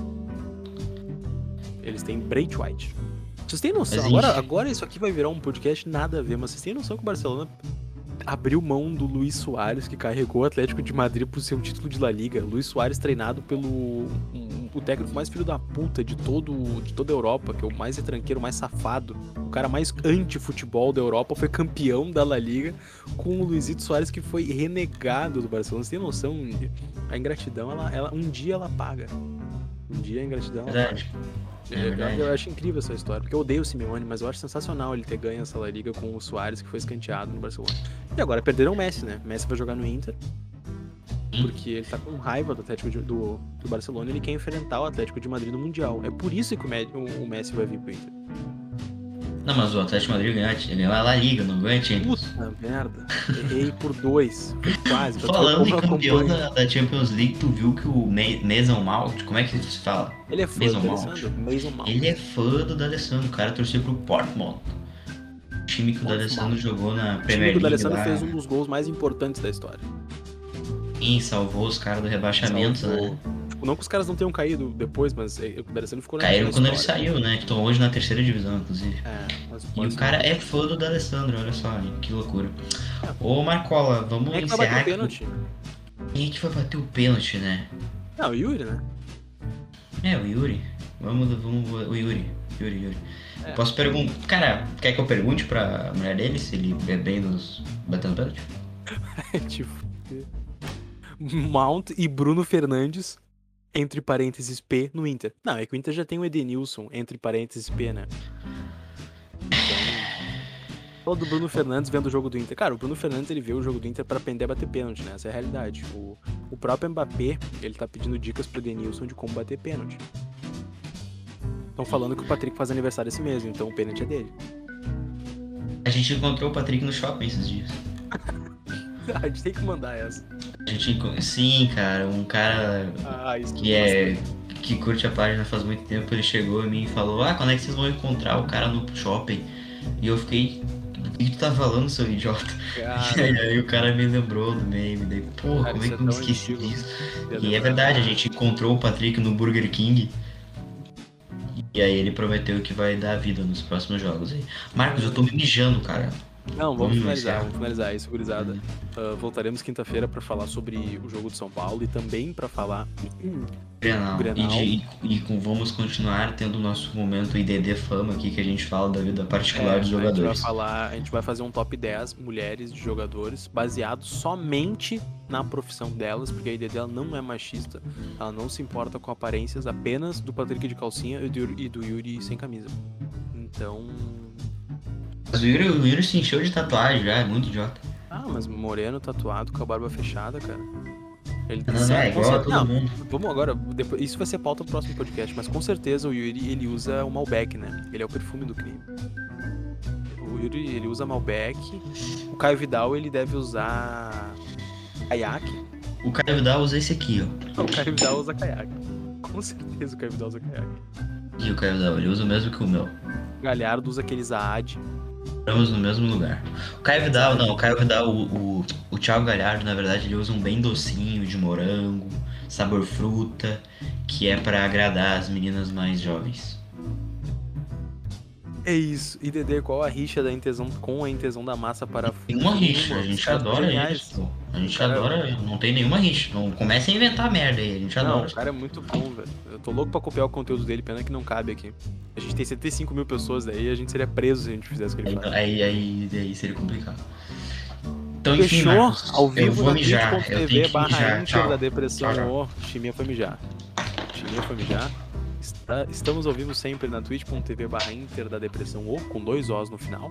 Eles têm Braithwaite. Vocês têm noção? Agora isso aqui vai virar um podcast nada a ver, mas vocês têm noção que o Barcelona abriu mão do Luis Suárez, que carregou o Atlético de Madrid pro seu título de La Liga. Luis Suárez treinado pelo o técnico mais filho da puta de toda a Europa, que é o mais retranqueiro, mais safado. O cara mais anti-futebol da Europa, foi campeão da La Liga com o Luizito Suárez, que foi renegado do Barcelona. Vocês têm noção? A ingratidão, um dia ela paga. Um dia a ingratidão ela paga. Eu acho incrível essa história, porque eu odeio o Simeone, mas eu acho sensacional ele ter ganho essa La Liga com o Suárez, que foi escanteado no Barcelona. E agora perderam o Messi, né? O Messi vai jogar no Inter, porque ele tá com raiva do Atlético do Barcelona e ele quer enfrentar o Atlético de Madrid no Mundial. É por isso que o Messi vai vir pro Inter. Não, mas o Atlético de Madrid ganhou a La Liga, não ganha a Champions. Puta merda, errei por 2, foi quase. Falando em campeão da Champions League, tu viu que o Mason Mount, como é que se fala? Ele é fã do D'Alessandro? Ele é fã do D'Alessandro, o cara torceu pro Portsmouth. O time que o D'Alessandro jogou na Premier League. O D'Alessandro fez um dos gols mais importantes da história. Sim, salvou os caras do rebaixamento, né? Não que os caras não tenham caído depois, mas o D'Alessandro ficou na Caíram quando ele saiu, né? Que estão hoje na 3ª divisão, inclusive. E o cara é fã do D'Alessandro, olha só, que loucura. Ô Marcola, vamos encerrar. Quem vai bater o pênalti? Quem é que vai bater o pênalti, né? O Yuri, né? O Yuri. Vamos o Yuri. Posso perguntar... Cara, quer que eu pergunte pra mulher dele se ele é bem nos batendo pênalti? Tipo... Mount e Bruno Fernandes, entre parênteses P, no Inter. Não, é que o Inter já tem o Edenilson, entre parênteses P, né? Então, todo o Bruno Fernandes vendo o jogo do Inter. Cara, o Bruno Fernandes, ele vê o jogo do Inter pra aprender a bater pênalti, né? Essa é a realidade. O próprio Mbappé, ele tá pedindo dicas pro Edenilson de como bater pênalti. Estão falando que o Patrick faz aniversário esse mês, então o pênalti é dele. A gente encontrou o Patrick no shopping esses dias. A gente tem que mandar essa. Sim, cara, um cara que curte a página faz muito tempo, ele chegou em mim e falou: quando é que vocês vão encontrar o cara no shopping? E eu fiquei: o que tu tá falando, seu idiota? E aí o cara me lembrou do meme, daí, como é que eu me esqueci disso? E é verdade, a gente encontrou o Patrick no Burger King. E aí ele prometeu que vai dar vida nos próximos jogos aí. Marcos, eu tô me mijando, cara. Não, vamos finalizar isso, gurizada. Voltaremos quinta-feira para falar sobre o jogo de São Paulo e também para falar Grenal. Vamos continuar tendo o nosso momento IDD Fama aqui, que a gente fala da vida particular dos jogadores. A gente vai fazer um top 10 mulheres de jogadores baseado somente na profissão delas, porque a IDD ela não é machista, ela não se importa com aparências apenas do Patrick de calcinha e do Yuri sem camisa. Então... Mas o Yuri se encheu de tatuagem já, é muito idiota. Mas moreno, tatuado, com a barba fechada, cara. Ele é igual a todo mundo. Vamos agora, isso vai ser pauta do próximo podcast, mas com certeza o Yuri, ele usa o Malbec, né? Ele é o perfume do crime. O Yuri, ele usa Malbec. O Caio Vidal, ele deve usar caiaque. O Caio Vidal usa esse aqui, ó. O Caio Vidal usa caiaque. Com certeza o Caio Vidal usa caiaque. E o Caio Vidal, ele usa o mesmo que o meu. O Galhardo usa aquele Zaad. Estamos no mesmo lugar. O Caio Vidal, o Thiago Galhardo, na verdade, ele usa um bem docinho de morango, sabor fruta, que é pra agradar as meninas mais jovens. É isso. E Dedê, qual a rixa da Intesão com a Intesão da Massa para Tem uma rixa, a gente adora isso, pô. A gente adora, não tem nenhuma rixa. Não comece a inventar merda aí, a gente adora. Não, o cara é muito bom, velho. Eu tô louco pra copiar o conteúdo dele, pena que não cabe aqui. A gente tem 75 mil pessoas daí, a gente seria preso se a gente fizesse o que ele faz. Aí seria complicado. Então, enfim, fechou, Marcos, ao vivo na twitch.tv/Inter da depressão. Chimia foi mijar. Estamos ao vivo sempre na twitch.tv/Inter da depressão com 2 Os no final.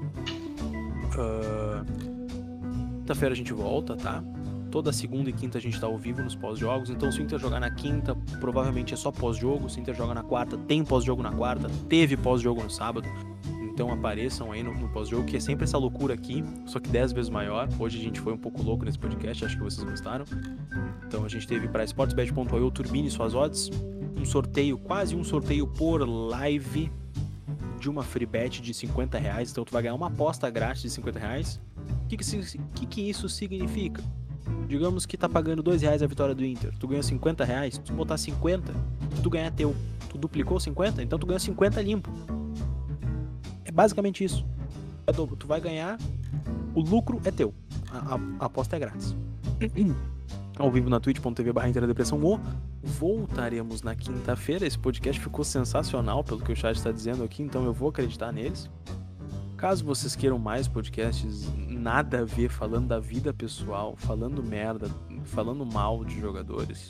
Quinta-feira a gente volta, tá? Toda segunda e quinta a gente tá ao vivo nos pós-jogos. Então se o Inter jogar na quinta, provavelmente é só pós-jogo. Se o Inter joga na quarta, tem pós-jogo na quarta. Teve pós-jogo no sábado. Então apareçam aí no pós-jogo, que é sempre essa loucura aqui, só que 10 vezes maior. Hoje a gente foi um pouco louco nesse podcast, acho que vocês gostaram. Então a gente teve para sportsbet.io, turbine suas odds, quase um sorteio por live de uma free bet de R$50. Então tu vai ganhar uma aposta grátis de R$50. O que isso significa? Digamos que tá pagando R$2 a vitória do Inter, tu ganha R$50, se tu botar 50, tu ganha teu. Tu duplicou 50, então tu ganha 50 limpo. É basicamente isso. Tu vai ganhar, o lucro é teu. A aposta é grátis. Ao vivo na twitch.tv/Interdepressão. Voltaremos na quinta-feira. Esse podcast ficou sensacional, pelo que o chat está dizendo aqui, então eu vou acreditar neles. Caso vocês queiram mais podcasts, nada a ver, falando da vida pessoal, falando merda, falando mal de jogadores,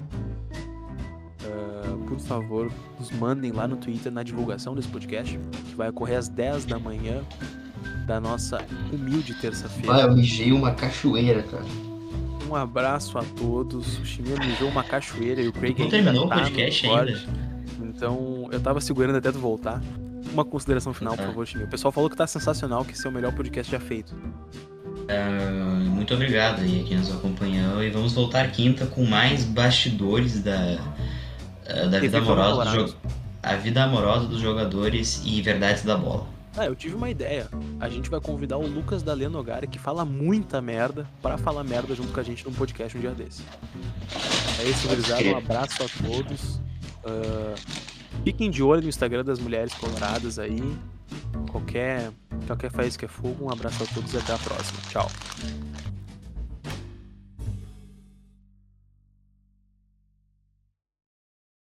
por favor, nos mandem lá no Twitter na divulgação desse podcast, que vai ocorrer às 10 da manhã da nossa humilde terça-feira. Eu mijei uma cachoeira, cara. Um abraço a todos. O Chimia mijou uma cachoeira e o Craig não terminou o podcast ainda. Então, eu tava segurando até tu voltar. Uma consideração final, por favor, Chimia. O pessoal falou que tá sensacional, que esse é o melhor podcast já feito. Muito obrigado aí a quem nos acompanhou. E vamos voltar quinta com mais bastidores da vida amorosa a vida amorosa dos jogadores e verdades da bola. Eu tive uma ideia. A gente vai convidar o Lucas D'Alê Nogari, que fala muita merda, pra falar merda junto com a gente num podcast um dia desse. É isso, gurizada. Um abraço a todos. Fiquem de olho no Instagram das Mulheres Coloradas aí. Qualquer faísca é fogo. Um abraço a todos e até a próxima. Tchau.